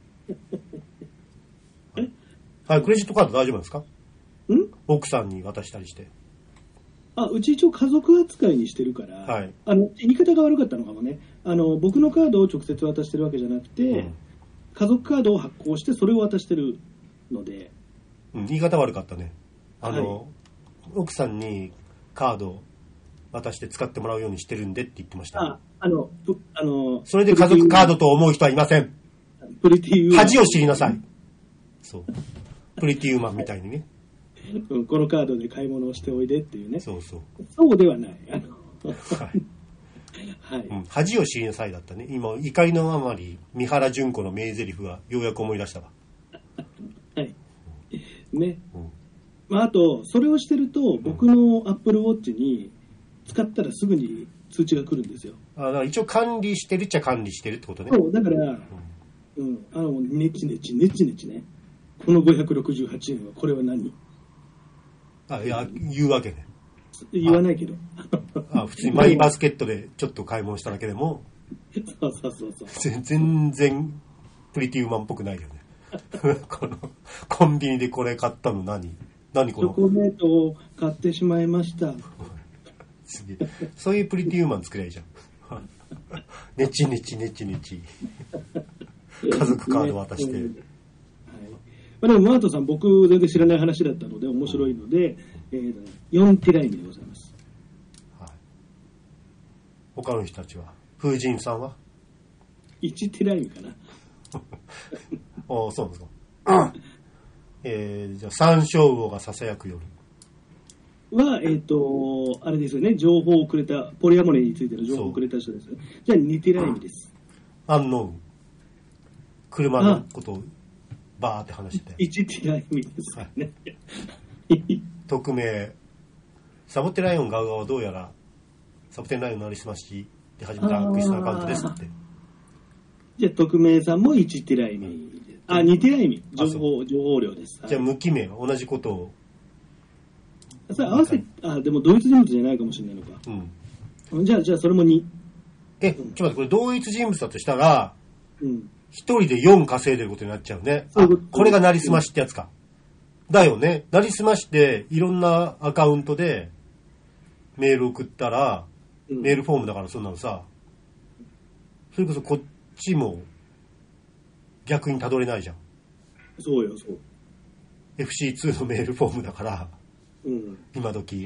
Speaker 1: ではい、クレジットカード大丈夫ですか？奥さんに渡したりして。
Speaker 2: うち一応家族扱いにしてるから、はい、言い方が悪かったのかもね。僕のカードを直接渡してるわけじゃなくて、家族カードを発行してそれを渡してるので、
Speaker 1: 言い方悪かったね。はい、奥さんにカードを渡して使ってもらうようにしてるんでって言ってました。それで家族カードと思う人はいません。
Speaker 2: プリティウーマン。
Speaker 1: 恥を知りなさい。そう。プリティウーマンみたいにね。
Speaker 2: このカードで買い物をしておいでっていうね。
Speaker 1: そう
Speaker 2: ではない。
Speaker 1: はい。はい、恥を知りなさいだったね。今怒りのあまり三原純子の名台詞がようやく思い出したわ。
Speaker 2: はいね。あとそれをしてると僕のアップルウォッチに使ったらすぐに通知が来るんですよ。
Speaker 1: だから一応管理してるっちゃ管理してるってことね。
Speaker 2: そうだから、ネチネチね。この568円はこれは何？
Speaker 1: いや言うわけね。
Speaker 2: 言わないけど。
Speaker 1: 普通にマイバスケットでちょっと買い物しただけでも
Speaker 2: そう
Speaker 1: 全然プリティウーマンっぽくないよね。このコンビニでこれ買ったの何このチ
Speaker 2: ョコレートを買ってしまいました。
Speaker 1: そういうプリティウーマン作りゃいいじゃん。ネチネチ家族カード渡して、
Speaker 2: でもマートさん僕全然知らない話だったので面白いので、4ティライミでございます。はい、
Speaker 1: 他の人たちは風神さんは
Speaker 2: 1ティライミかな。
Speaker 1: そうですか。じゃあ山椒魚がささやく夜
Speaker 2: はあれですよね、情報をくれたポリアモレーについての情報をくれた人です。じゃあ2ティライミです。
Speaker 1: アンノーン車のことをバーって話して
Speaker 2: 1ティライミですかね。
Speaker 1: 匿名サボテンライオンガウガウはどうやらサボテンライオンのなりすましで始めたクリスタルアカウントですって。
Speaker 2: じゃあ匿名さんも1ティライミ、2ティライミ情報量です。
Speaker 1: じゃあ無記名は同じことを
Speaker 2: それ合わせでも同一人物じゃないかもしれないのか。じゃあそれも2。
Speaker 1: ちょっと待って、これ同一人物だとしたら1人で4稼いでることになっちゃうね。これがなりすましってやつか。だよね。なりすましていろんなアカウントでメール送ったら、メールフォームだからそんなのさ、それこそこっちも逆にたどれないじゃん。
Speaker 2: そう。
Speaker 1: FC2 のメールフォームだから、今時。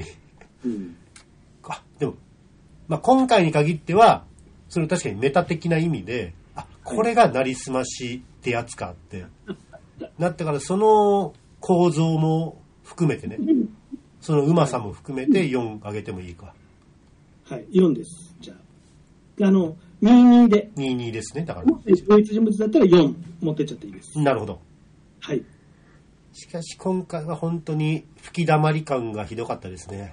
Speaker 1: でも、今回に限ってはそれ確かにメタ的な意味で、これがなりすましってやつかってなったから、その構造も含めてね、そのうまさも含めて4上げてもいいか。
Speaker 2: はい、4です。じゃあ22で
Speaker 1: 22ですね。だから
Speaker 2: 同一人物だったら4持ってっちゃっていいです。
Speaker 1: なるほど。
Speaker 2: はい。
Speaker 1: しかし今回は本当に吹き溜まり感がひどかったですね。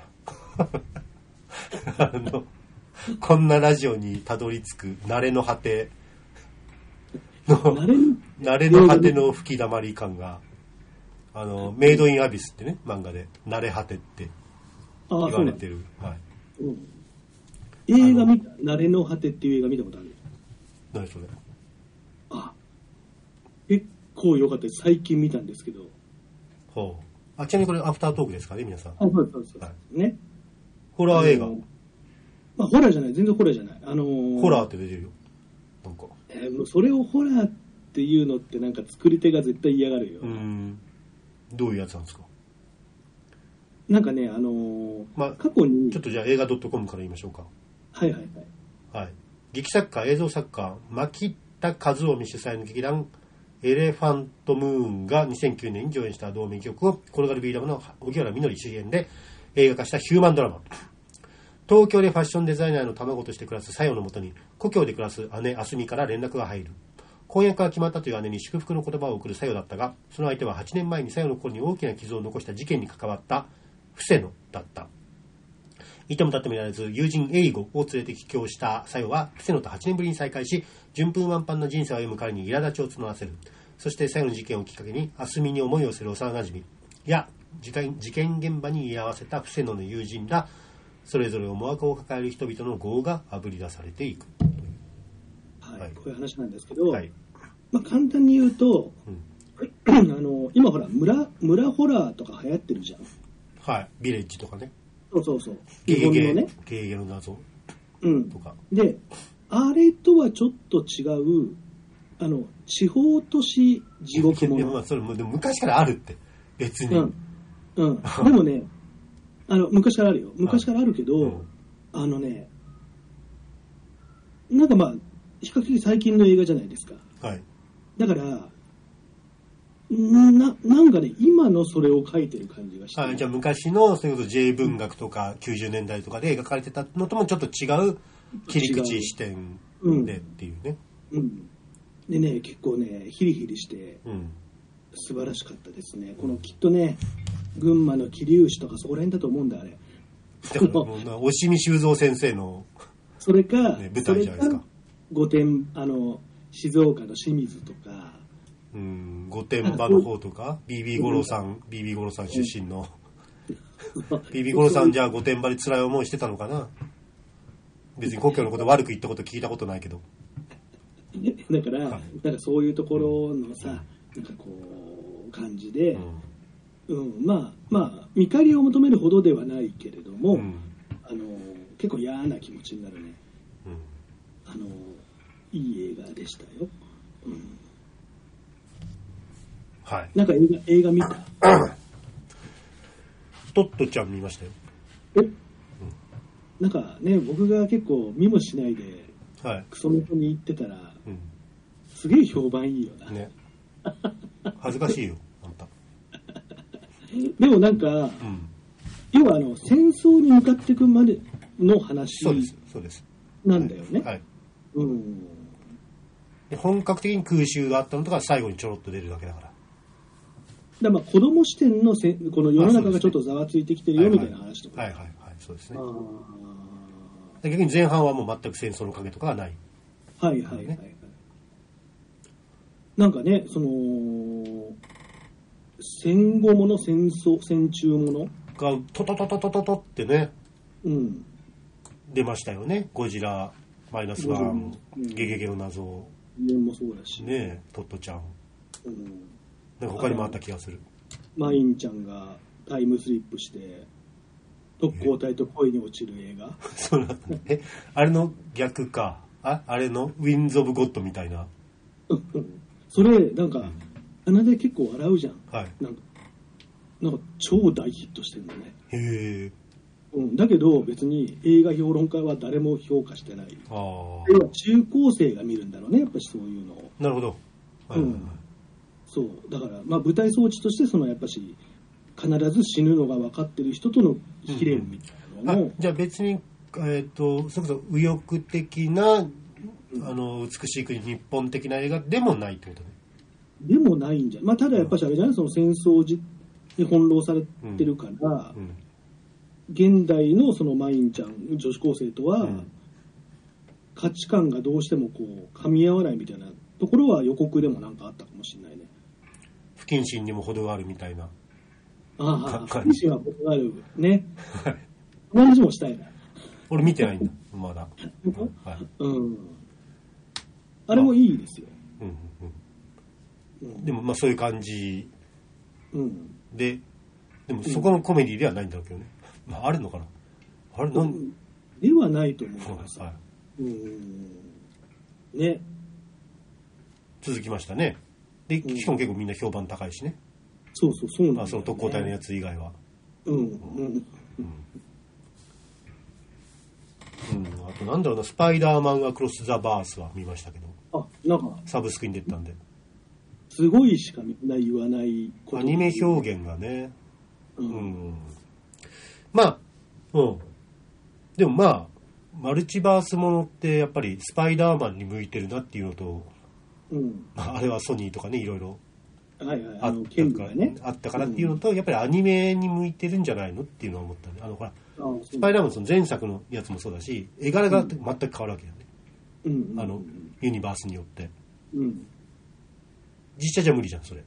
Speaker 1: こんなラジオにたどり着く慣れの果ての慣れの果ての吹き溜まり感が、メイドインアビスってね、漫画で慣れ果てって言われてる。はい、
Speaker 2: 映画見た？慣れの果てっていう映画見たことある？
Speaker 1: 何それ？
Speaker 2: 結構良かったです。最近見たんですけど。
Speaker 1: ほう。ちなみにこれアフタートークですかね、皆さん。
Speaker 2: そう。はい、ね。
Speaker 1: ホラー映画。
Speaker 2: ホラーじゃない、全然ホラーじゃない。
Speaker 1: ホラーって出てるよ。なんか。
Speaker 2: それをホラーっていうのってなんか作り手が絶対嫌がるよ。
Speaker 1: どういうやつなんですか？
Speaker 2: なんかね、過去に
Speaker 1: ちょっとじゃあ映画 .com から言いましょうか。
Speaker 2: はい。
Speaker 1: 劇作家、映像作家、牧田和臣主催の劇団エレファントムーンが2009年に上演した同名曲を転がるビー玉の荻原みのり主演で映画化したヒューマンドラマ。東京でファッションデザイナーの卵として暮らす小夜のもとに故郷で暮らす姉あすみから連絡が入る。婚約が決まったという姉に祝福の言葉を送る小夜だったが、その相手は8年前に小夜の心に大きな傷を残した事件に関わった布施野だった。いても立ってもいられず友人エイゴを連れて帰郷した小夜は布施野と8年ぶりに再会し、順風満帆な人生を歩む彼に苛立ちを募らせる。そして小夜の事件をきっかけにあすみに思いを寄せる幼馴染や事件現場に居合わせた布施野の友人ら、それぞれ思惑を抱える人々の業があぶり出されていく。
Speaker 2: はい、こういう話なんですけど、
Speaker 1: はい、
Speaker 2: 簡単に言うと、今ほら村ホラーとか流行ってるじゃん。
Speaker 1: はい、ビレッジとかね。
Speaker 2: そう
Speaker 1: ゲゲゲ
Speaker 2: 日本のね、
Speaker 1: ゲゲゲの謎とか、
Speaker 2: であれとはちょっと違う地方都市地獄もの。
Speaker 1: それもでも昔からあるって別に、
Speaker 2: でもね昔からあるよ。昔からあるけど、なんか比較的最近の映画じゃないですか。
Speaker 1: はい。
Speaker 2: だからなんかね、今のそれを書いてる感じがして。
Speaker 1: じゃあ昔のそれこそ J 文学とか90年代とかで描かれてたのともちょっと違う切り口視点でっていうね。
Speaker 2: でね、結構ね、ヒリヒリして、素晴らしかったですね。このきっとね、群馬の桐生市とかそこら辺だと思うんだ、あれ。
Speaker 1: 押見修造先生の
Speaker 2: それか、
Speaker 1: 舞台じゃないですか。
Speaker 2: 御殿静岡の清水とか、
Speaker 1: 御殿場の方とか、BB 五郎さん出身のBB 五郎さんじゃあ御殿場で辛い思いしてたのかな。別に故郷のこと悪く言ったこと聞いたことないけど。
Speaker 2: だから、なんかそういうところのさ、なんかこう感じで、見返りを求めるほどではないけれども、結構嫌な気持ちになるね。いい映画でしたよ。
Speaker 1: はい。
Speaker 2: なんか映画見た？
Speaker 1: トットちゃん見ましたよ。
Speaker 2: なんかね、僕が結構見もしないで、クソ元に行ってたら、すげえ評判いいよな。ね。
Speaker 1: 恥ずかしいよ、あんた。
Speaker 2: でもなんか、要は戦争に向かっていくまでの話なんだよね。はい。
Speaker 1: 本格的に空襲があったのとか最後にちょろっと出るだけだから。
Speaker 2: 子供視点のこの世の中がちょっとざわついてきてるよみたいな話とか。
Speaker 1: そうですね。逆に前半はもう全く戦争の影とかはない。
Speaker 2: なんかね、戦後もの戦中もの
Speaker 1: がトトトトトトトってね、出ましたよね。ゴジラ-1、ゲゲゲの謎も
Speaker 2: そうだし
Speaker 1: ね、トットちゃん、なんか他にもあった気がする。
Speaker 2: マインちゃんがタイムスリップして特攻隊と恋に落ちる映画。
Speaker 1: そうなんだ。あれの逆か。あれのウィンズ・オブ・ゴッドみたいな。
Speaker 2: それなんか鼻で結構笑うじゃん。なんか超大ヒットしてるのね。
Speaker 1: へえ。
Speaker 2: だけど別に映画評論家は誰も評価してない。中高生が見るんだろうね、やっぱりそういうのを。
Speaker 1: なるほど。
Speaker 2: そうだから舞台装置としてやっぱし必ず死ぬのが分かってる人との悲恋みたいなのも、
Speaker 1: じゃあ別にそれこそ右翼的な美しい国日本的な映画でもないってことね。
Speaker 2: でもないんじゃ、ただやっぱしあれじゃない、戦争に翻弄されてるから、現代のマインちゃん女子高生とは、価値観がどうしてもこう噛み合わないみたいなところは予告でもなんかあったかもしれないね。
Speaker 1: 不謹慎にも程があるみたいな。
Speaker 2: 不謹慎は程があるね。話もしたいな。
Speaker 1: 俺見てないんだまだ。
Speaker 2: あれもいいですよ。
Speaker 1: でもそういう感じで、でもそこのコメディではないんだろうけどね。あるのかな。あれで
Speaker 2: はないと思うからさ。ね。
Speaker 1: 続きましたね。で、しかも結構みんな評判高いしね。
Speaker 2: そうなんだよね。
Speaker 1: その特攻隊のやつ以外は。あとなんだろうな、スパイダーマンがクロス・ザ・バースは見ましたけど。
Speaker 2: なんか
Speaker 1: サブスクに出たんで。
Speaker 2: すごいしかみんな言わないこと。
Speaker 1: アニメ表現がね。まあ、でもまあ、マルチバースものってやっぱりスパイダーマンに向いてるなっていうのと、あれはソニーとかね、いろいろあったからっていうのと、やっぱりアニメに向いてるんじゃないのっていうのは思ったね。ほら、スパイダーマンその前作のやつもそうだし、絵柄が全く変わるわけよね。ユニバースによって。実写じゃ無理じゃん、それ。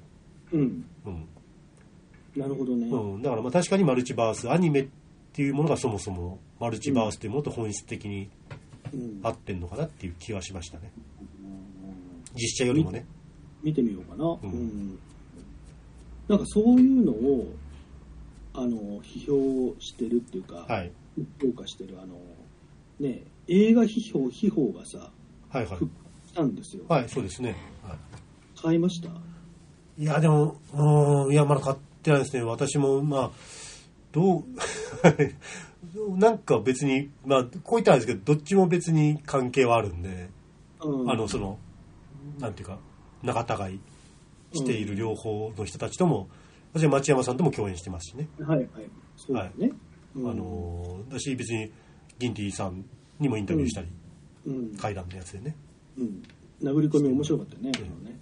Speaker 2: なるほどね。
Speaker 1: だからまあ確かにマルチバース、アニメっていうものがそもそもマルチバースというものと本質的に合ってんのかなっていう気はしましたね。実写よりもね。
Speaker 2: 見てみようかな。なんかそういうのを批評してるっていうか、評価してるね、映画批評がさ、復活したんですよ。
Speaker 1: そうですね。
Speaker 2: 買いました？
Speaker 1: いやでもいやまだ買ってないですね。私もまあどうなんか別にまあこう言ったらですけど、どっちも別に関係はあるんで、そのなんていうか仲違いしている両方の人たちとも、私は町山さんとも共演してますしね。
Speaker 2: そうですね。
Speaker 1: 私別にギンティさんにもインタビューしたり、会談のやつでね。
Speaker 2: 殴り込み面白かったよね。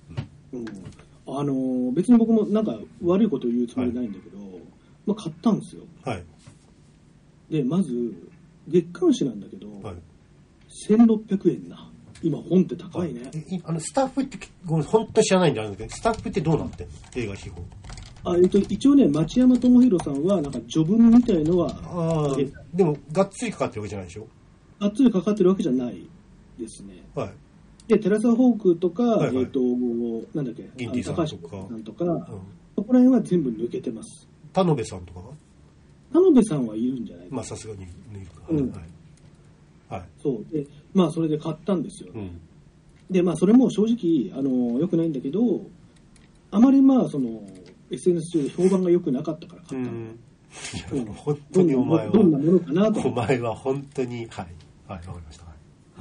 Speaker 2: 別に僕もなんか悪いことを言うつもりないんだけど、まあ買ったんですよ。でまず月刊誌なんだけど、1600円な。今本って高いね。
Speaker 1: スタッフってごめん本当に知らないんであるんだけど、スタッフってどうなってんの？映画秘宝。
Speaker 2: 一応ね、町山智博さんはなんか序文みたいのは
Speaker 1: でもがっつりかかってるわけじゃないでしょ？
Speaker 2: がっつりかかってるわけじゃないですね。でテラサホークとか、なんだっけ、
Speaker 1: ギンティさんとか
Speaker 2: さんとか、そこら辺は全部抜けてます。
Speaker 1: 田辺さんとかは？
Speaker 2: 田辺さんはいるんじゃないか。
Speaker 1: まあさすがにいるか。
Speaker 2: そうで、まあそれで買ったんですよ。でまあそれも正直良くないんだけど、あまりまあその SNS 上で評判が良くなかったから買ったの。
Speaker 1: 本当にお前は
Speaker 2: どんなものかなと。
Speaker 1: お前は本当にわかりました。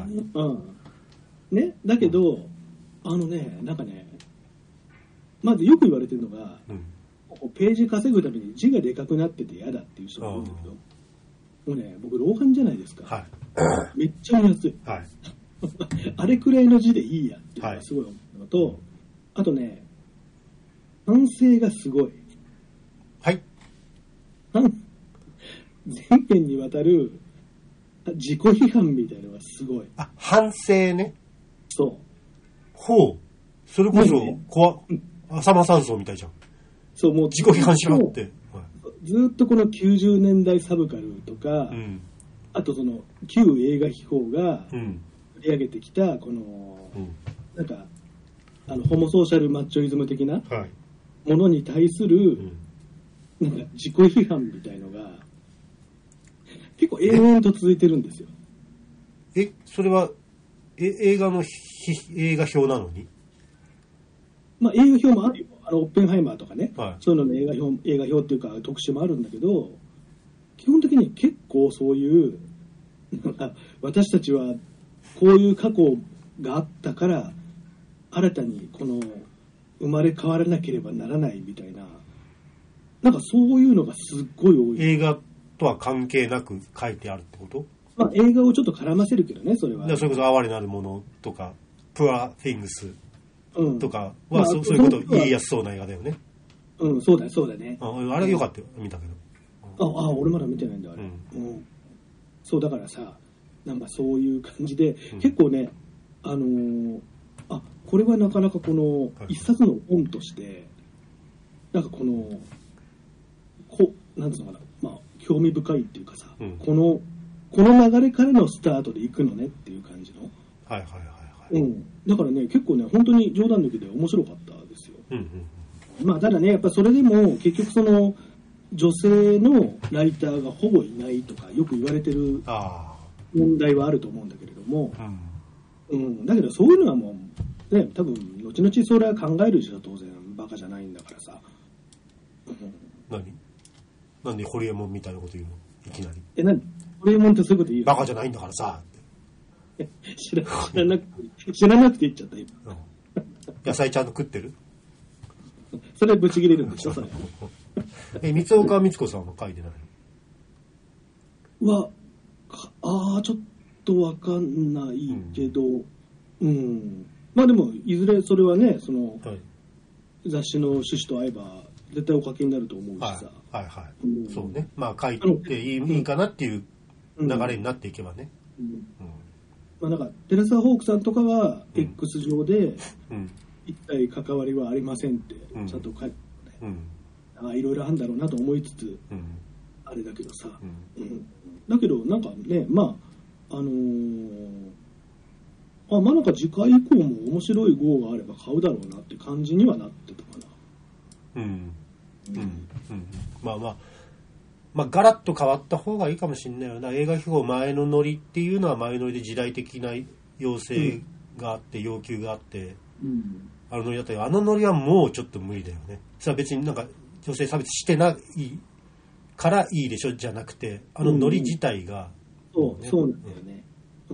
Speaker 2: ね、だけどなんかね、まずよく言われてるのが、ページ稼ぐために字がでかくなってて嫌だっていう人がいるんだけど、もうね、僕老眼じゃないですか。めっちゃ見やすい。あれくらいの字でいいやっていうのがすごい思うのと、あとね、反省がすごい。全編にわたる自己批判みたいなのがすごい。
Speaker 1: 反省ね。
Speaker 2: そう。
Speaker 1: それこそ浅間山荘みたいじゃん。
Speaker 2: そう、もう
Speaker 1: 自己批判しろって。
Speaker 2: ずっとこの90年代サブカルとか、あとその旧映画秘宝が取り上げてきたこの、なんかホモソーシャルマッチョイズム的なものに対する、なんか自己批判みたいのが結構延々と続いてるんですよ。
Speaker 1: それは映画表なのに？
Speaker 2: まあ映画表もあるよ。オッペンハイマーとかね、そういうのの映画表っていうか特集もあるんだけど、基本的に結構そういう私たちはこういう過去があったから新たにこの生まれ変わらなければならないみたいな、なんかそういうのがすっごい多い。
Speaker 1: 映画とは関係なく書いてあるってこと？
Speaker 2: まあ映画をちょっと絡ませるけどね、それは。
Speaker 1: それこそ哀れなるものとかプアフィングスとかは、そういうこと言いやすそうな映画だよね。
Speaker 2: そうだね。
Speaker 1: あれ良かったよ、見たけ
Speaker 2: ど。俺まだ見てないんだ、あれ。そうだからさ、なんかそういう感じで、結構ね、これはなかなかこの一冊の本として、なんかなんつうのかな、まあ興味深いっていうかさ、この流れからのスタートで行くのねっていう感じの。だからね、結構ね、本当に冗談抜きで面白かったですよ。まあただね、やっぱそれでも結局その女性のライターがほぼいないとかよく言われてる問題はあると思うんだけれども、だけどそういうのはもうね、多分後々それは考えるでしょ、当然。バカじゃないんだからさ。
Speaker 1: なんでホリエモンみたいなこと言うのいきなり。
Speaker 2: 何？ホリエモンってそういうこと言うの？
Speaker 1: バカじゃないんだからさ。
Speaker 2: 知らなくて言っちゃった今。
Speaker 1: 野菜ちゃんと食ってる？
Speaker 2: それブチ切れるんでしょ、それ。
Speaker 1: 三岡光子さんは書いてない
Speaker 2: は、ちょっとわかんないけど、まあでも、いずれそれはね、その、はい、雑誌の趣旨と合えば、絶対お書きになると思うしさ。
Speaker 1: はいはい。そうね。まあ書いていいかなっていう流れになっていけばね。
Speaker 2: まあなんか、テレサ・ホークさんとかは、X 上で、一切関わりはありませんって、ちゃんと書いて、いろいろあるんだろうなと思いつつ、あれだけどさ。だけど、なんかね、まあ、まあなんか次回以降も面白い号があれば買うだろうなって感じにはなってたかな。
Speaker 1: まあガラッと変わった方がいいかもしれないよな。映画秘宝前のノリっていうのは前ノリで時代的な要請があって、要求があって、あのノリだったけど、あのノリはもうちょっと無理だよね。それは別になんか女性差別してないからいいでしょじゃなくて、あのノリ自体が、
Speaker 2: そうなんだよね。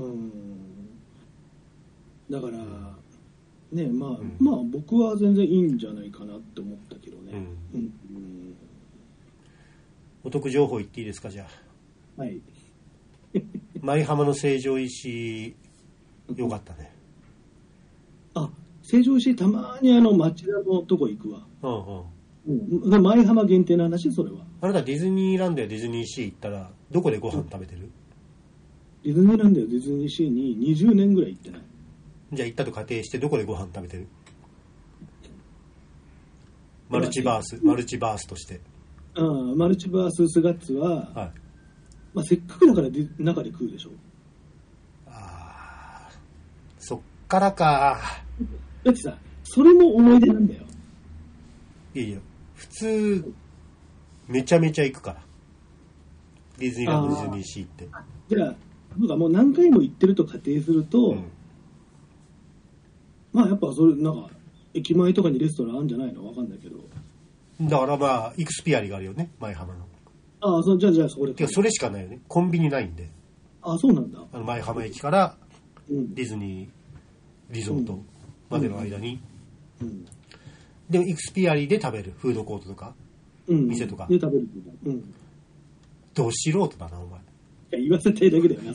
Speaker 2: だからね、まあ僕は全然いいんじゃないかなって思ったけどね。
Speaker 1: お得情報言っていいですか、じゃあ。
Speaker 2: はい。
Speaker 1: 舞浜の成城石よかったね。
Speaker 2: 成城石たまに町田のとこ行くわ。舞浜限定の話、それは。
Speaker 1: あなたディズニーランドやディズニーシー行ったらどこでご飯食べてる？
Speaker 2: ディズニーランドやディズニーシーに20年ぐらい行ってない。
Speaker 1: じゃあ行ったと仮定してどこでご飯食べてる？マルチバースとして。
Speaker 2: マルチバーススガッツは、まあ、せっかくだから中で食うでしょ。
Speaker 1: そっからか。
Speaker 2: だってさ、それも思い出なんだよ。
Speaker 1: いや普通めちゃめちゃ行くから、ディズニーランドディズニーシーって。
Speaker 2: じゃあなんかもう何回も行ってると仮定すると、まあやっぱそれなんか駅前とかにレストランあるんじゃないの？わかんないけど。
Speaker 1: だからまあイクスピアリがあるよね、舞浜の。
Speaker 2: じゃあそれ。
Speaker 1: てかそれしかないよね。コンビニないんで。
Speaker 2: そうなんだ。
Speaker 1: 舞浜駅からディズニーリゾートまでの間に。でもイクスピアリで食べるフードコートとか、店とか。
Speaker 2: で食べる。
Speaker 1: ど素人だなお前。
Speaker 2: 言わせてだけだよな。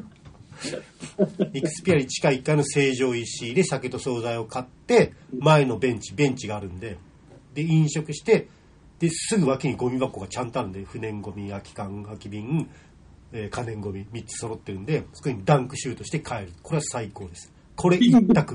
Speaker 1: イクスピアリ地下1階の成城石井で酒と惣菜を買って、前のベンチがあるんで、で飲食して、ですぐ脇にゴミ箱がちゃんとあるんで、不燃ゴミ、空き缶、空き瓶、可燃ゴミ3つ揃ってるんで、そこにダンクシュートして帰る。これは最高です。これ一択。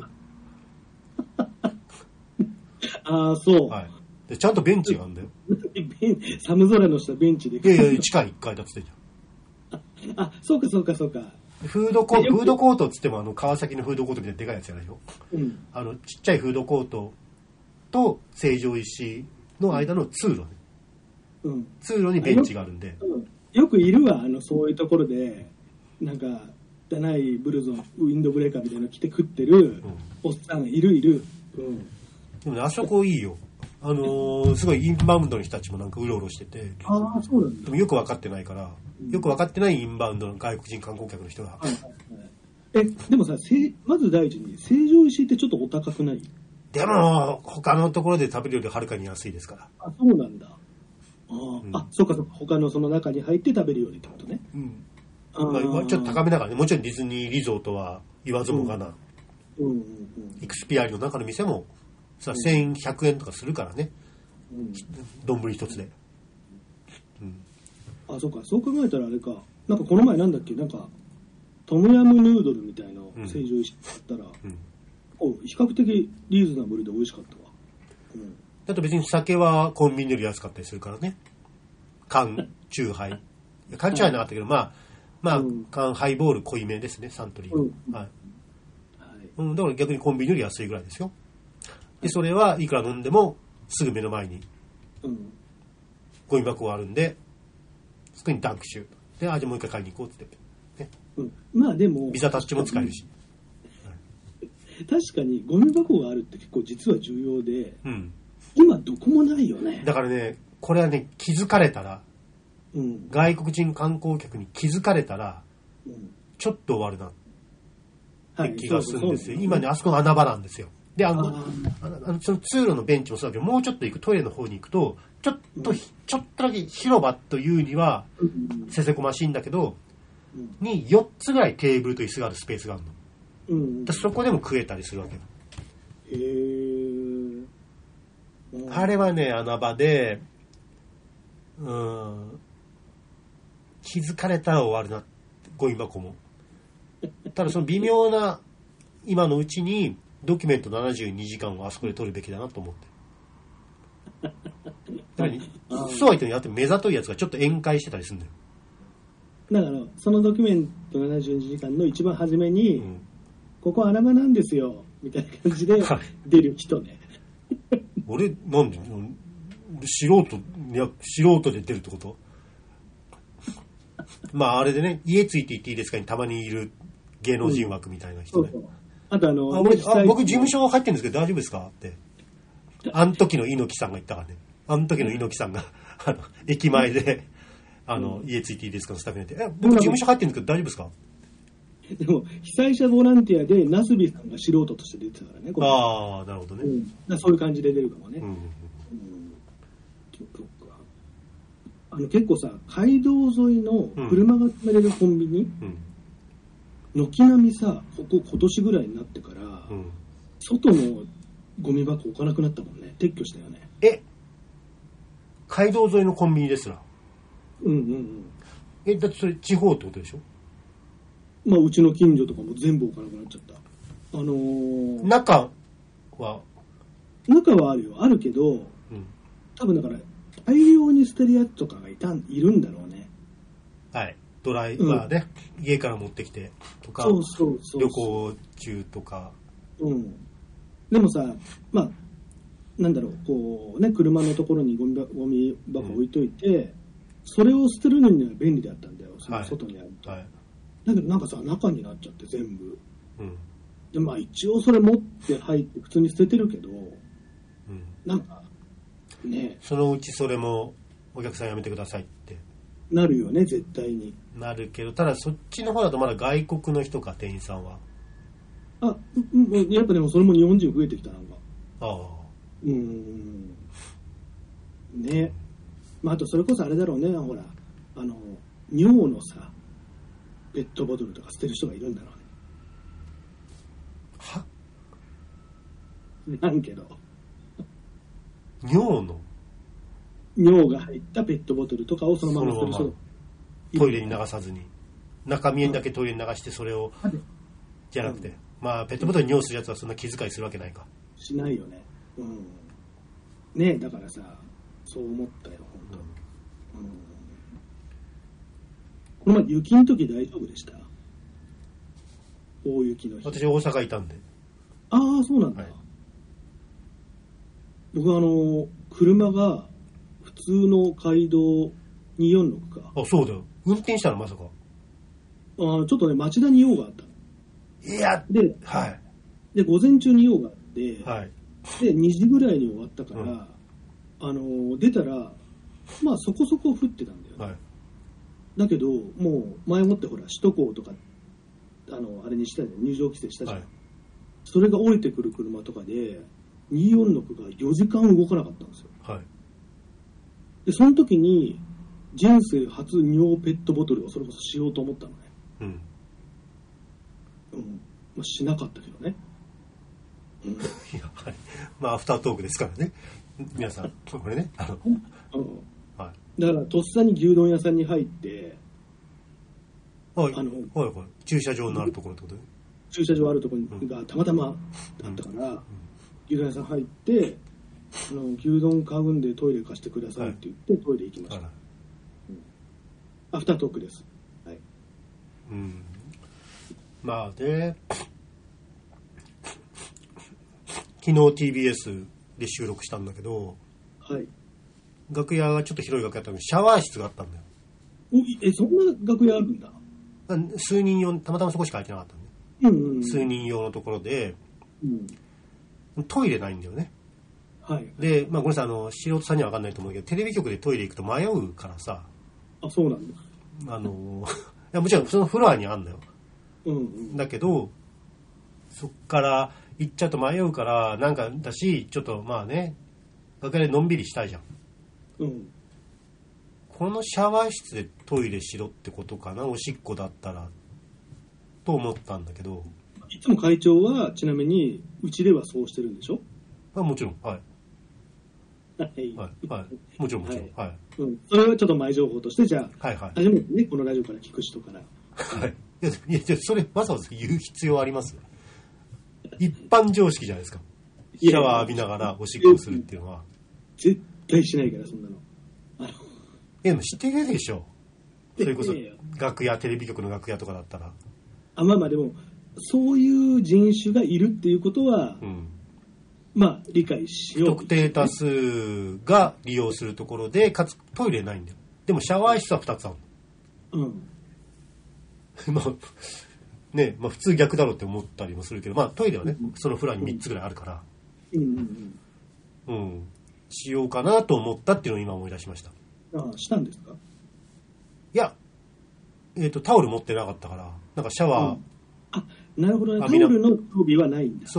Speaker 2: そう。
Speaker 1: はい。でちゃんとベンチがあるんだよ。
Speaker 2: 寒空の下ベンチで。
Speaker 1: いや地下1階だっつってんじ
Speaker 2: ゃん。そうか。
Speaker 1: フードコートっつっても川崎のフードコートみたいなでかいやつじゃないよ。ちっちゃいフードコートと成城石の間の通路ね。通路にベンチがあるんで。
Speaker 2: よくいるわ、そういうところでなんか汚いブルゾンウィンドブレーカーみたいなの着て食ってるおっさんいる。
Speaker 1: でもね、あそこいいよ。すごいインバウンドの人たちもなんかうろうろしてて。
Speaker 2: そうなんだ。
Speaker 1: でもよく分かってないから、よく分かってないインバウンドの外国人観光客の人が。
Speaker 2: でもさ、まず第一に成城石井ってちょっとお高くない？
Speaker 1: でも他のところで食べるよりはるかに安いですから。
Speaker 2: そうなんだ。そうか他のその中に入って食べるよりってことね。
Speaker 1: ちょっと高めだからね。もちろんディズニーリゾートは言わずもがな。イクスピアリの中の店もさ、1100円とかするからね。丼一つで。
Speaker 2: そうか。そう考えたらあれか。なんかこの前なんだっけ、なんかトムヤムヌードルみたいな成城石井だったら、比較的リーズナブルで美味しかったわ。
Speaker 1: だと別に酒はコンビニより安かったりするからね。缶チューハイ。缶チューハイなかったけど、まあ、缶ハイボール濃いめですね、サントリー。だから逆にコンビニより安いぐらいですよ。でそれはいくら飲んでもすぐ目の前にゴミ箱があるんで、そこにダンクシュートで、じゃあもう一回買いに行こうって言って、
Speaker 2: ね。まあでも
Speaker 1: ビザタッチも使えるし。
Speaker 2: 確かにゴミ箱があるって結構実は重要で、今どこもないよね。
Speaker 1: だからね、これはね、気づかれたら、外国人観光客に気づかれたら、ちょっと終わるなって気がするんですよ。今ね、あそこの穴場なんですよ。 で、その通路のベンチもそうだけど、もうちょっとトイレの方に行くと、ちょっとだけ広場というには、せせこましいんだけど、に4つぐらいテーブルと椅子があるスペースがあるの。そこでも食えたりするわけだ。あれはね、穴場で、気づかれたら終わるな、ゴミ箱も。ただその微妙な今のうちにドキュメント72時間をあそこで撮るべきだなと思って。そうは言ってもやって目ざといやつがちょっと宴会してたりするんだよ。
Speaker 2: だからそのドキュメント72時間の一番初めに、ここ穴場なんですよみたいな感じで出る人ね。
Speaker 1: 俺なんで素人で出るってこと？まああれでね、家ついて行っていいですかにたまにいる芸能人枠みたいな人ね。
Speaker 2: あと
Speaker 1: 僕事務所入ってるんですけど大丈夫ですかって。あの時の猪木さんが言ったからね。あの時の猪木さんが駅前で家ついていいですかのスタッフに言って、僕事務所入ってるんですけど大丈夫ですか？
Speaker 2: でも被災者ボランティアでナスビさんが素人として出てたからね。
Speaker 1: ああ、なるほどね。
Speaker 2: そういう感じで出るかもね。結構さ、街道沿いの車が止めれるコンビニ、軒並みさ、今年ぐらいになってから、外のゴミ箱置かなくなったもんね。撤去したよね。
Speaker 1: 街道沿いのコンビニですら。だってそれ地方ってことでしょ？
Speaker 2: まあ、うちの近所とかも全部置かなくなっちゃった。
Speaker 1: 中は
Speaker 2: あるよ。あるけど、多分だから、大量に捨てるやつとかがいるんだろうね。
Speaker 1: はい。ドライバーで、家から持ってきてとか、旅行中とか。
Speaker 2: でもさ、まあ、なんだろう、こうね、車のところにゴミ箱置いといて、それを捨てるのには便利だったんだよ、その外にあると。だけどなんかさ、中になっちゃって全部。で、まあ一応それ持って入って普通に捨ててるけど、なんか、ね、
Speaker 1: そのうちそれもお客さんやめてくださいって
Speaker 2: なるよね、絶対に
Speaker 1: なるけど、ただそっちの方だとまだ外国の人か、店員さんは。
Speaker 2: やっぱでもそれも日本人増えてきた。なんかね、まあ、あとそれこそあれだろうね、ほら尿のさペットボトルとか捨てる人がいるんだろうね。なんけど尿が入ったペットボトルとかをそのまま捨てる人、
Speaker 1: トイレに流さずに中身だけトイレに流して、それをじゃなくて、まあペットボトルに尿するやつはそんな気遣いするわけないか。
Speaker 2: しないよね。ね、だからさ、そう思ったよ本当。この前雪の時大丈夫でした？大雪の日。
Speaker 1: 私大阪いたんで。
Speaker 2: ああ、そうなんだ。僕車が普通の街道246か。
Speaker 1: そうだよ。運転したらまさか。
Speaker 2: ちょっとね、町田に用があったの。で、で、午前中に用があって、で、2時ぐらいに終わったから、出たら、まあそこそこ降ってたんだよね。だけど、もう前もってほら、首都高とか、あれにしたじゃん、入場規制したじゃん。それが降りてくる車とかで、246が4時間動かなかったんですよ。で、その時に、人生初尿ペットボトルをそれこそしようと思ったのね。まあ、しなかったけどね。
Speaker 1: まあアフタートークですからね。皆さん、これね。だ
Speaker 2: からとっさに牛丼屋さんに入って、
Speaker 1: 駐車場のあるところってことね。
Speaker 2: 駐車場あるところがたまたまだったから、牛丼屋さん入って、牛丼買うんでトイレ貸してくださいって言ってトイレ行きました。アフタートークです。
Speaker 1: まあね、昨日 TBS で収録したんだけど、楽屋がちょっと広い楽屋だったのにシャワー室があったんだよ。
Speaker 2: そんな楽屋あるんだ。
Speaker 1: 数人用、たまたまそこしか空いてなかったんで、数人用のところで、トイレないんだよね。で、まあごめんなさい、素人さんには分かんないと思うけど、テレビ局でトイレ行くと迷うからさ。
Speaker 2: そうなんだ。
Speaker 1: いやもちろんそのフロアにあんだよ。だけど、そっから行っちゃうと迷うからなんかだし、ちょっとまあね、楽屋でのんびりしたいじゃん。
Speaker 2: うん。
Speaker 1: このシャワー室でトイレしろってことかな、おしっこだったらと思ったんだけど。
Speaker 2: いつも会長はちなみにうちではそうしてるんでしょ？
Speaker 1: もちろん、はい。
Speaker 2: はい
Speaker 1: はい、もちろんもちろん、はい。
Speaker 2: うん、それはちょっと前情報として、じゃあ、
Speaker 1: はいはい、
Speaker 2: 初めてね、このラジオから聞く人から。
Speaker 1: はい。いや、それわざわざ言う必要あります？一般常識じゃないですか。シャワー浴びながらおしっこをするっていうのは。
Speaker 2: 絶対しないから、そんなの。
Speaker 1: でも知ってるでしょ。それこそ楽屋、テレビ局の楽屋とかだったら。
Speaker 2: まあでも、そういう人種がいるっていうことは、うん、まあ理解しよう、ね。
Speaker 1: 特定多数が利用するところで、かつトイレないんだよ。でもシャワー室は2つある。うん。まあね、まあ普通逆だろうって思ったりもするけど、まあトイレはね、そのフロアに3つぐらいあるから、うん、しようかなと思ったっていうのを今思い出しました。
Speaker 2: したんですか？
Speaker 1: いや、タオル持ってなかったから、なんかシャワ
Speaker 2: ー、なるほどね。タオルの装備はないんだ。
Speaker 1: そう。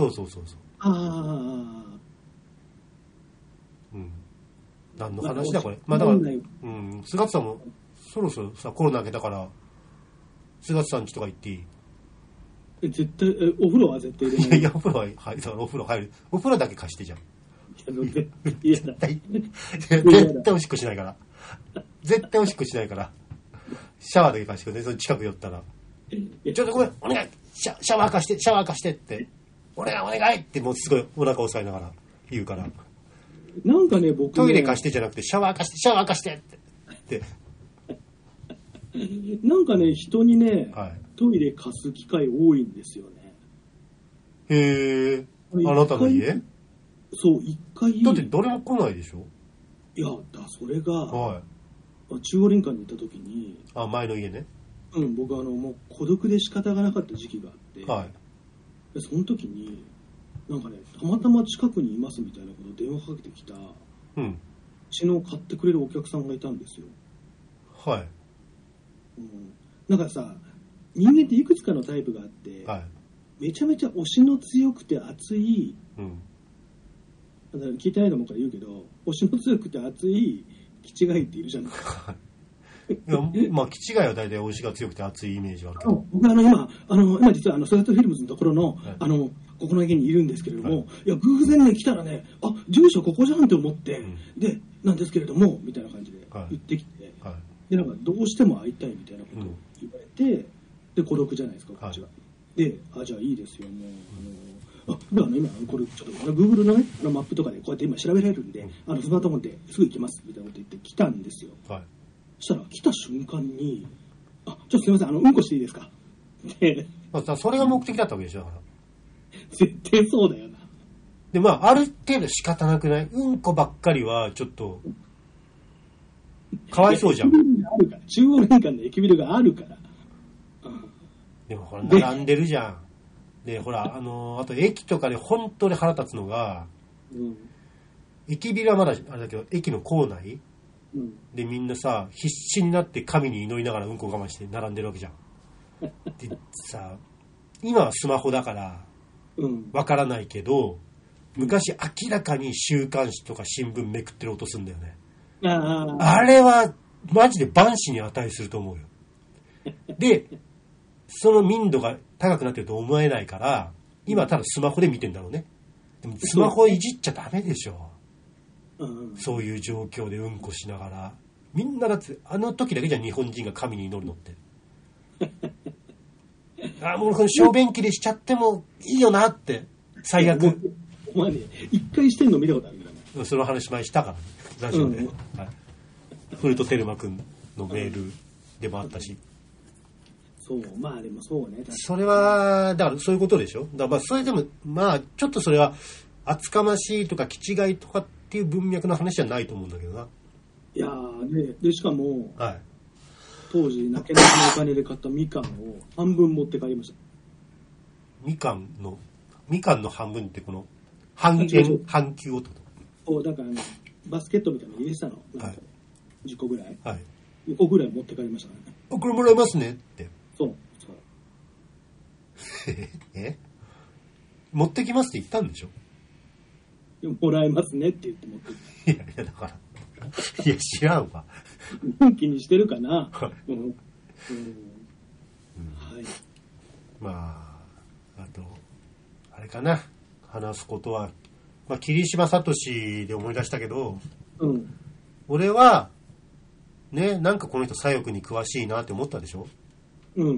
Speaker 1: うん。何の話だこれ。まあだから、菅田さんもそろそろさコロナ明けだから菅田さん家とか行っていい？
Speaker 2: 絶対お風呂は絶対入れない。
Speaker 1: いやお風呂はだからお風呂入る。お風呂だけ貸してじゃん。絶対おしっこしないから。絶対おしっこしないから。シャワーだけ貸してくれ。その近く寄ったら。ちょっとごめん、お願い。シャワー貸してって。お願いってもうすごいお腹押さえながら言うから。
Speaker 2: なんかね、僕ね。
Speaker 1: トイレ貸してじゃなくてシャワー貸してって。
Speaker 2: なんかね、人にね、はい、トイレ貸す機会多いんですよね。
Speaker 1: へえ。あなたの家？
Speaker 2: そう、一回。
Speaker 1: だって誰も来ないでしょ？
Speaker 2: いや、それが、はい、中央林間に行った時に。
Speaker 1: 前の家ね。
Speaker 2: うん、僕もう孤独で仕方がなかった時期があって、
Speaker 1: はい、
Speaker 2: でその時になんかね、たまたま近くにいますみたいなことを電話かけてきた、うん、うちの買ってくれるお客さんがいたんですよ。
Speaker 1: はい、
Speaker 2: うん、なんかさ、人間っていくつかのタイプがあって、はい、めちゃめちゃ推しの強くて熱い、うん、だから聞いてないと思うから言うけど、推しの強くて熱い気違いっているじゃないですか。
Speaker 1: いやまあ、気違いは大体推しが強くて熱いイメージはあるけど、
Speaker 2: 僕今実はスラットフィルムズのところの、はい、ここの家にいるんですけれども、はい、いや偶然ね来たらね、住所ここじゃんって思って、うん、でなんですけれどもみたいな感じで言ってきて、はいはい、でなんかどうしても会いたいみたいなことを言われて、で孤独じゃないですかこっちは、はい、でじゃあいいですよもう今これちょっとGoogle のねマップとかでこうやって今調べられるんで、スマートフォンですぐ行きますみたいなこと言って来たんですよ。はい、そしたら来た瞬間にちょっとすみませんうんこしていいですかって
Speaker 1: それが目的だったわけでしょ。だから
Speaker 2: 絶対そうだよな。
Speaker 1: でまあある程度仕方なくない？うんこばっかりはちょっとかわいそうじゃん。
Speaker 2: 中央林間の駅ビルがあるから、
Speaker 1: うん、でもほら並んでるじゃん。でほらあと駅とかで本当に腹立つのが、うん、駅ビルはまだあれだけど駅の構内、うん、でみんなさ必死になって神に祈りながらうんこ我慢して並んでるわけじゃん。でさ今はスマホだからわからないけど、昔明らかに週刊誌とか新聞めくってる音すんだよね。あれはマジで万死に値すると思うよ。でその民度が高くなってると思えないから今ただスマホで見てんだろうね。でもスマホいじっちゃダメでしょ、そういう状況でうんこしながら。みんなだってあの時だけじゃ日本人が神に祈るのってもうこの小便器でしちゃってもいいよなって最悪。
Speaker 2: お前ね一回してんの見たことあるからね。
Speaker 1: その話前したからねラジオで、はい、フルトテルマ君のメールでもあったし、
Speaker 2: そうまあでもそうね。
Speaker 1: それはだからそういうことでしょ。だからまあそれでもまあちょっとそれは厚かましいとか気違いとかっていう文脈の話じゃないと思うんだけどな。いや
Speaker 2: でしかも、はい、当時なけなしのお金で買ったみかんを半分持って帰りました。
Speaker 1: みかんの半分ってこの半球をってこと？
Speaker 2: だからバスケットみたいなの入れてたの、
Speaker 1: はい、
Speaker 2: 10個ぐらい、
Speaker 1: はい、
Speaker 2: 2個ぐらい持って帰りましたからね。
Speaker 1: これもらえますねって。
Speaker 2: そう
Speaker 1: 持ってきますって言ったんでしょ。
Speaker 2: もらえますねって言って持ってき
Speaker 1: た。いやだからいや知らんわ。
Speaker 2: 気にしてるかな。はい。
Speaker 1: まああとあれかな、話すことは、まあ、桐島聡で思い出したけど、俺はね、なんかこの人左翼に詳しいなって思ったでしょ。思った。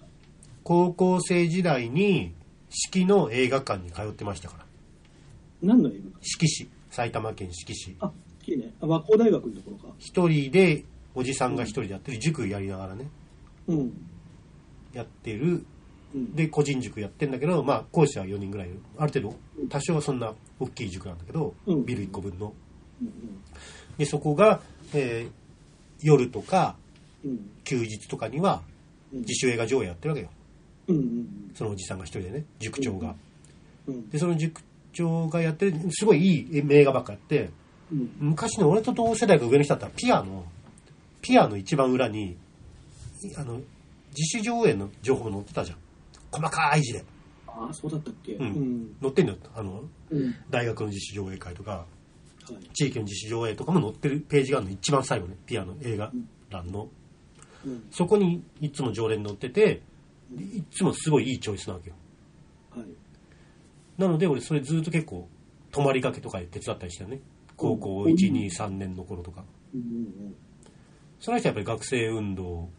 Speaker 1: 高校生時代に志木の映画館に通ってましたから。
Speaker 2: 何の映画館？
Speaker 1: 志木市、埼玉県志木市。
Speaker 2: あ、いいね。和光大学のところか。
Speaker 1: 一人でおじさんが一人でやってる、塾やりながらね、やってる。で個人塾やってんだけど、まあ講師は4人ぐらいいる。ある程度多少はそんな大きい塾なんだけど、ビル1個分の。でそこが、夜とか、休日とかには自主映画上映やってるわけよ。そのおじさんが一人でね、塾長が。でその塾長がやってるすごいいい映画ばっかやって、昔の俺と同世代が上の人だったらピアの一番裏に自主上映の情報が載ってたじゃん。細かい字で。
Speaker 2: ああ、そうだったっけ。
Speaker 1: 載ってんのよ。大学の自主上映会とか、地域の自主上映とかも載ってるページがあるの、一番最後ね、ピアノ映画欄の、そこにいつも常連載ってて、いつもすごいいいチョイスなわけよ。なので俺それずっと結構泊まりがけとかで手伝ったりしたよね。高校1、2、3年の頃とか。その人はやっぱり学生運動、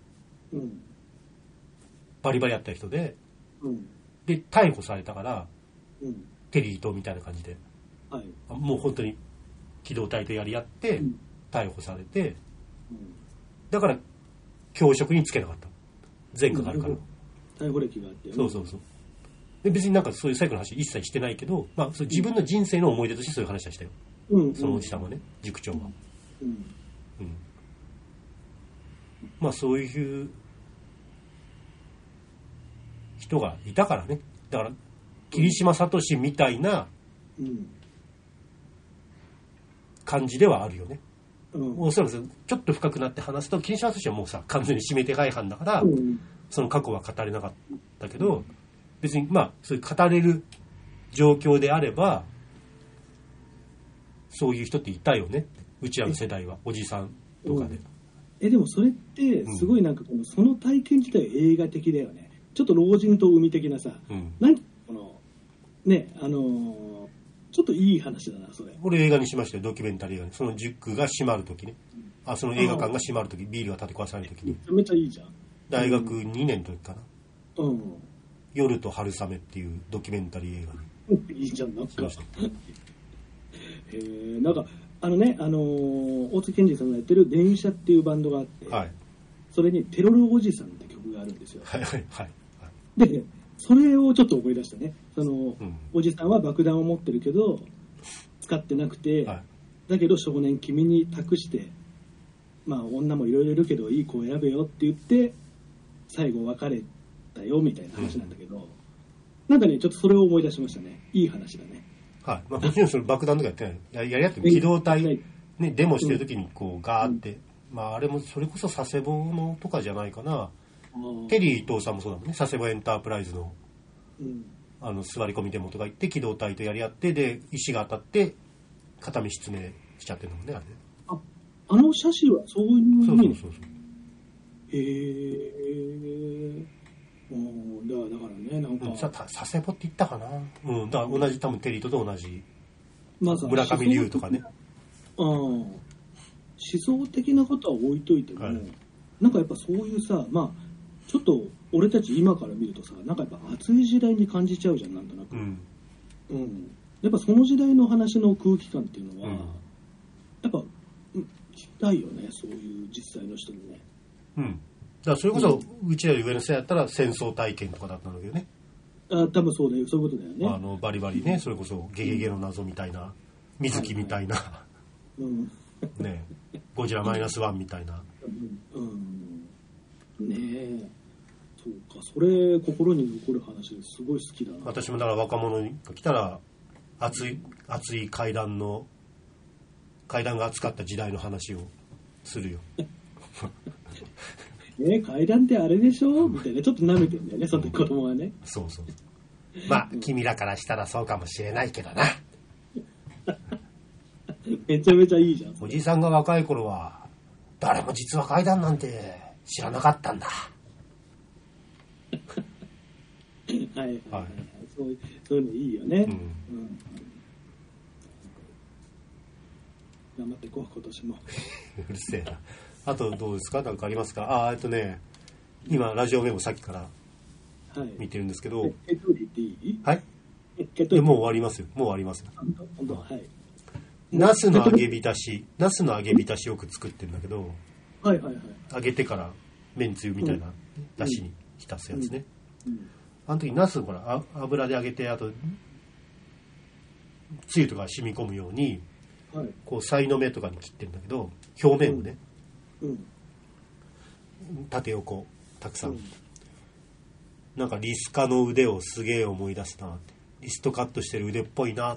Speaker 1: バリバリやった人で、で逮捕されたから、テリーとみたいな感じで、もう本当に機動隊とやり合って逮捕されて、だから教職に就けなかった。前科があるから。
Speaker 2: 逮捕歴があって、
Speaker 1: そうで別になんかそういう最後の話一切してないけど、まあそれ自分の人生の思い出としてそういう話はしたよ。そのおじさんはね、塾長は。まあそういう人がいたからね。だから桐島聡みたいな感じではあるよね。おそらくちょっと深くなって話すと、桐島聡はもうさ完全に指名手配犯だから、その過去は語れなかったけど、別にまあそういう語れる状況であればそういう人っていたよね。うちらの世代はおじさんとかで。
Speaker 2: でもそれってすごいなんかその体験自体映画的だよね。ちょっと老人と海的なさ、なんかこのね、ちょっといい話だなそれ。
Speaker 1: 俺映画にしましたよ、ドキュメンタリー映画に。その塾が閉まるときね、その映画館が閉まるとき、ビールが立て壊されるときに。
Speaker 2: めちゃめちゃいいじゃん。
Speaker 1: 大学2年の時かな。夜と春雨っていうドキュメンタリー映
Speaker 2: 画に。いいじゃん、なんか。なんか大津健二さんがやってる電車っていうバンドがあって、それにテロルおじさんって曲があるんですよ。でそれをちょっと思い出したね。おじさんは爆弾を持ってるけど使ってなくて、だけど少年君に託して、まあ女もいろいろいるけどいい子を選べよって言って最後別れたよみたいな話なんだけど、なんかねちょっとそれを思い出しましたね。いい話だね。
Speaker 1: まあ、もちろんその爆弾とかやってない。やり合って機動隊、ね、デモしてる時にこうガーって、まああれもそれこそ佐世保のとかじゃないかな。テリー伊藤さんもそうだもんね。佐世保エンタープライズの、座り込みデモとか行って機動隊とやり合って、で石が当たって片目失明しちゃってるのもんね、あれね。
Speaker 2: あの写真はそういう
Speaker 1: そう。
Speaker 2: だからね、なんか
Speaker 1: 佐世保って言ったかな。だから同じ、多分テリーと同じ村上龍とかね。
Speaker 2: 思想的なことは置いといても、なんかやっぱそういうさ、まあちょっと俺たち今から見るとさ、なんかやっぱ熱い時代に感じちゃうじゃん、なんとなく。やっぱその時代の話の空気感っていうのは、やっぱ聞きたいよね、そういう実際の人にね。
Speaker 1: だからそれこそうちらより上の世代だったら戦争体験とかだったんだけどね。
Speaker 2: 多分そうだよ、そういうことだよね。
Speaker 1: バリバリね、それこそゲゲゲの謎みたいな、水木みたいな、ね、ゴジラマイナスワンみたいな。
Speaker 2: ねえ、そうか、それ心に残る話ですごい好きだな。
Speaker 1: 私もだから若者が来たら熱い階段が熱かった時代の話をするよ。
Speaker 2: 階段ってあれでしょみたいな、ちょっと舐めてんだよね、その子供はね。
Speaker 1: そう。 まあ君らからしたらそうかもしれないけどな。
Speaker 2: めちゃめちゃいいじゃん。
Speaker 1: おじさんが若い頃は誰も実は怪談なんて知らなかったんだ。
Speaker 2: はい、はい、そういうのいいよね。頑張っていこう今年も。
Speaker 1: うるせえな。あとどうですか？なんかありますか？今ラジオメモさっきから見てるんですけど。はい。もう終わりますよ。もう終わります。
Speaker 2: 本当はい。
Speaker 1: ナスの揚げ浸しよく作ってるんだけど。
Speaker 2: はい。
Speaker 1: 揚げてからめんつゆみたいなだしに浸すやつね。あの時ナスほら油で揚げてあとつゆとか染み込むように、こうさいの目とかに切ってるんだけど表面をね、縦横たくさん、なんかリスカの腕をすげえ思い出すなって、リストカットしてる腕っぽいなって、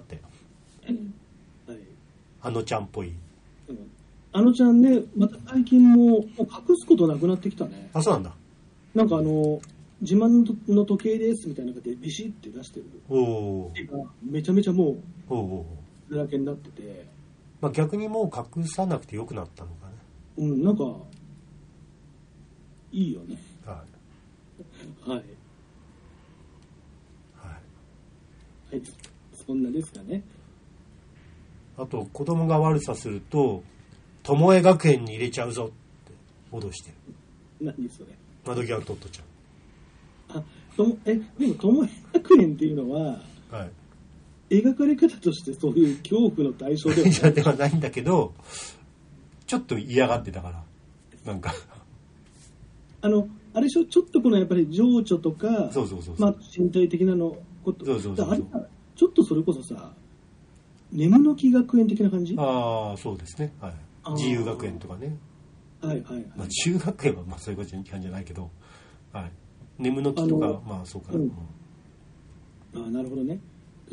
Speaker 1: あのちゃんっぽい、
Speaker 2: あのちゃんね、また最近もう隠すことなくなってきたね。
Speaker 1: あ、そうなんだ。
Speaker 2: なんか自慢の時計ですみたいなのでビシッて出してる。めちゃめちゃもうだらけになってて、
Speaker 1: まあ、逆にもう隠さなくてよくなったのかね。
Speaker 2: なんかいいよね。
Speaker 1: はい。
Speaker 2: はい。そんなですかね。
Speaker 1: あと子供が悪さすると巴学園に入れちゃうぞって脅してる。
Speaker 2: 何それ。
Speaker 1: 窓際のトットちゃん。
Speaker 2: でも巴学園っていうのは、描かれ方としてそういう恐怖の対象ではない。
Speaker 1: ではないんだけど、ちょっと嫌がってたからなんか
Speaker 2: あれちょっとこのやっぱり情緒とか、まあ身体的なのこと、あれちょっとそれこそさ、眠の木学園的な感じ？
Speaker 1: ああ、そうですね。はい。自由学園とかね。
Speaker 2: はい。
Speaker 1: まあ自由学園はまあそういう感じじゃないけど、はい。眠の木とかまあそうかな。
Speaker 2: なるほどね。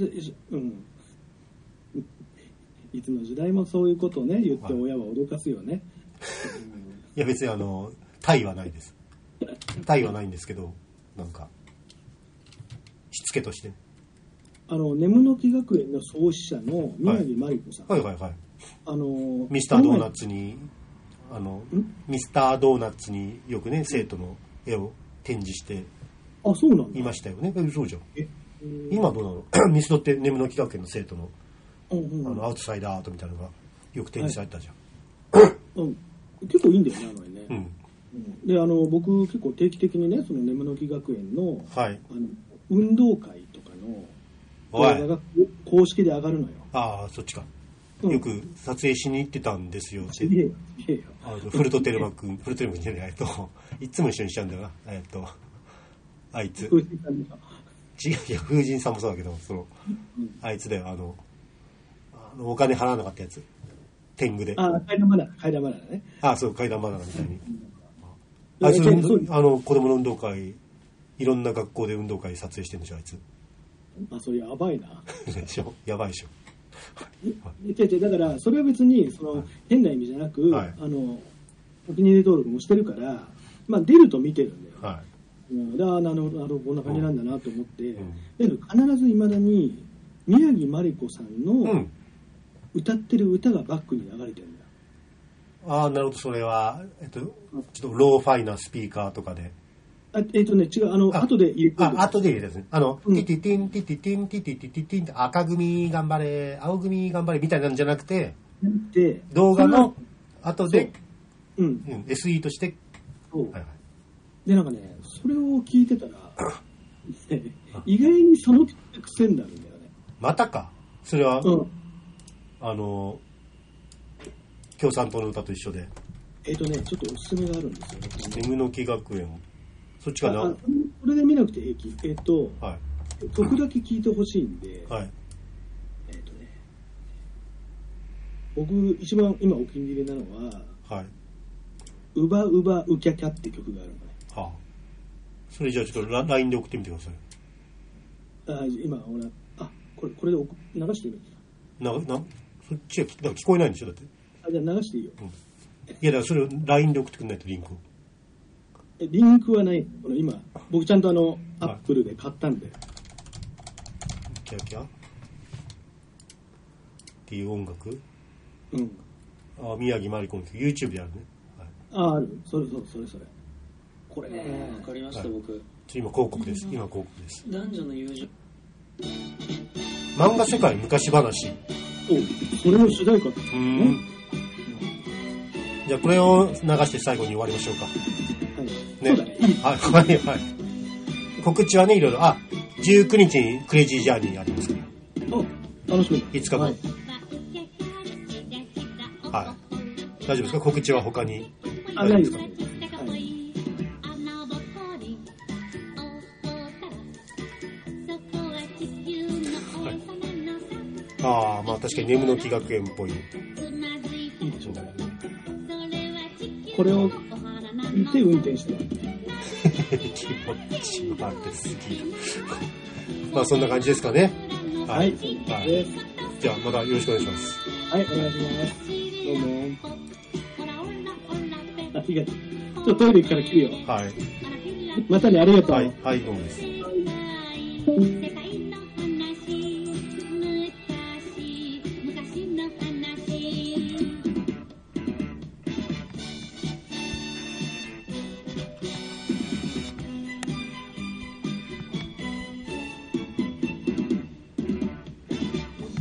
Speaker 2: いつの時代もそういうことをね言って親は脅かすよね。
Speaker 1: いや別に対はないです。対はないんですけど、なんかしつけとして。
Speaker 2: 眠の木学園の創始者の宮城真理子さん。
Speaker 1: ミスタードーナツにミスタードーナツによくね生徒の絵を展示して
Speaker 2: そうなんだ。
Speaker 1: いましたよね。そうじゃん。今どうなの？ミスドって眠の木学園の生徒のアウトサイダーアートみたいなのがよく展示されたじゃん。
Speaker 2: 結構いいんだよねね。で僕結構定期的にねその眠の木学園の、運動会とかの動画が公式で上がるのよ。
Speaker 1: ああ、そっちか。よく撮影しに行ってたんですよって。フルトテルマ君じゃないいつも一緒にしちゃうんだよな。あいつ。違う、いや風神さんもそうだけど、あいつだよ、お金払わなかったやつ。天狗で。
Speaker 2: 階段バナナね。
Speaker 1: そう、階段バナナみたいに。あいつ子供の運動会、いろんな学校で運動会撮影してるんでしょ、あいつ。
Speaker 2: それやばいな。
Speaker 1: でしょ、やばいでしょ。
Speaker 2: だからそれは別に変な意味じゃなく、お気に入り登録もしてるから、まあ、出ると見てるんだよ。なるほどこんな感じなんだなと思って、必ずいまだに宮城真理子さんの歌ってる歌がバックに流れてるんだよ。
Speaker 1: なるほど。それはちょっとローファイなスピーカーとかで。
Speaker 2: 違う、後で入れてる。
Speaker 1: 後で入れてるんですね。ティティティンティティティンティティティティティンって赤組頑張れ、青組頑張れみたいなんじゃなくて、動画の後で、SE として。
Speaker 2: で、なんかね、それを聞いてたら、意外にその癖になるんだよね。
Speaker 1: またか。それは、共産党の歌と一緒で。
Speaker 2: ちょっとおすすめがあるんですよね。
Speaker 1: 眠の木学園。そっちかな。
Speaker 2: これで見なくて平気。曲だけ聞いてほしいんで、僕一番今お気に入りなのは、ウバウバウキャキャって曲があるのね。
Speaker 1: それじゃあちょっと LINE で送ってみてください。
Speaker 2: 今俺これで流してみる。
Speaker 1: そっちは聞こえないんでしょ、だって。
Speaker 2: じゃあ流していいよ。
Speaker 1: いやだからそれを LINE で送ってくんないとリンクを。
Speaker 2: リンクはない。今僕ちゃんとアップルで買ったんで。
Speaker 1: キャキャっていう音楽。
Speaker 2: うん。
Speaker 1: あ、宮城まりこの曲 YouTube であるね。はい、
Speaker 2: あ、ある。それ。これ
Speaker 3: ね、わかりました、はい、僕。
Speaker 1: 今広告です。今広告です。
Speaker 3: 男女の友情。
Speaker 1: 漫画世界昔話。
Speaker 2: お、それの主題歌。
Speaker 1: じゃあこれを流して最後に終わりましょうか。
Speaker 2: はい。
Speaker 1: ね。はい。告知はね、いろいろ。あ、19日にクレイジージャーニーありますから。
Speaker 2: あ、楽しみ。
Speaker 1: 5日後。はい。大丈夫ですか？告知は他に。
Speaker 2: ないですか？
Speaker 1: ああ、まあ確かに眠の木学園っぽい。いいでしょうね。
Speaker 2: これを見て運転して
Speaker 1: 気持ち悪すぎる。まあそんな感じですかね。
Speaker 2: はい。
Speaker 1: じゃあまたよろしくお願いします。
Speaker 2: はい、お願いします。どうも。あ、いいか。ちょっとトイレ行くから来るよ。
Speaker 1: はい。
Speaker 2: またね、ありがとう。
Speaker 1: はい、どうもです。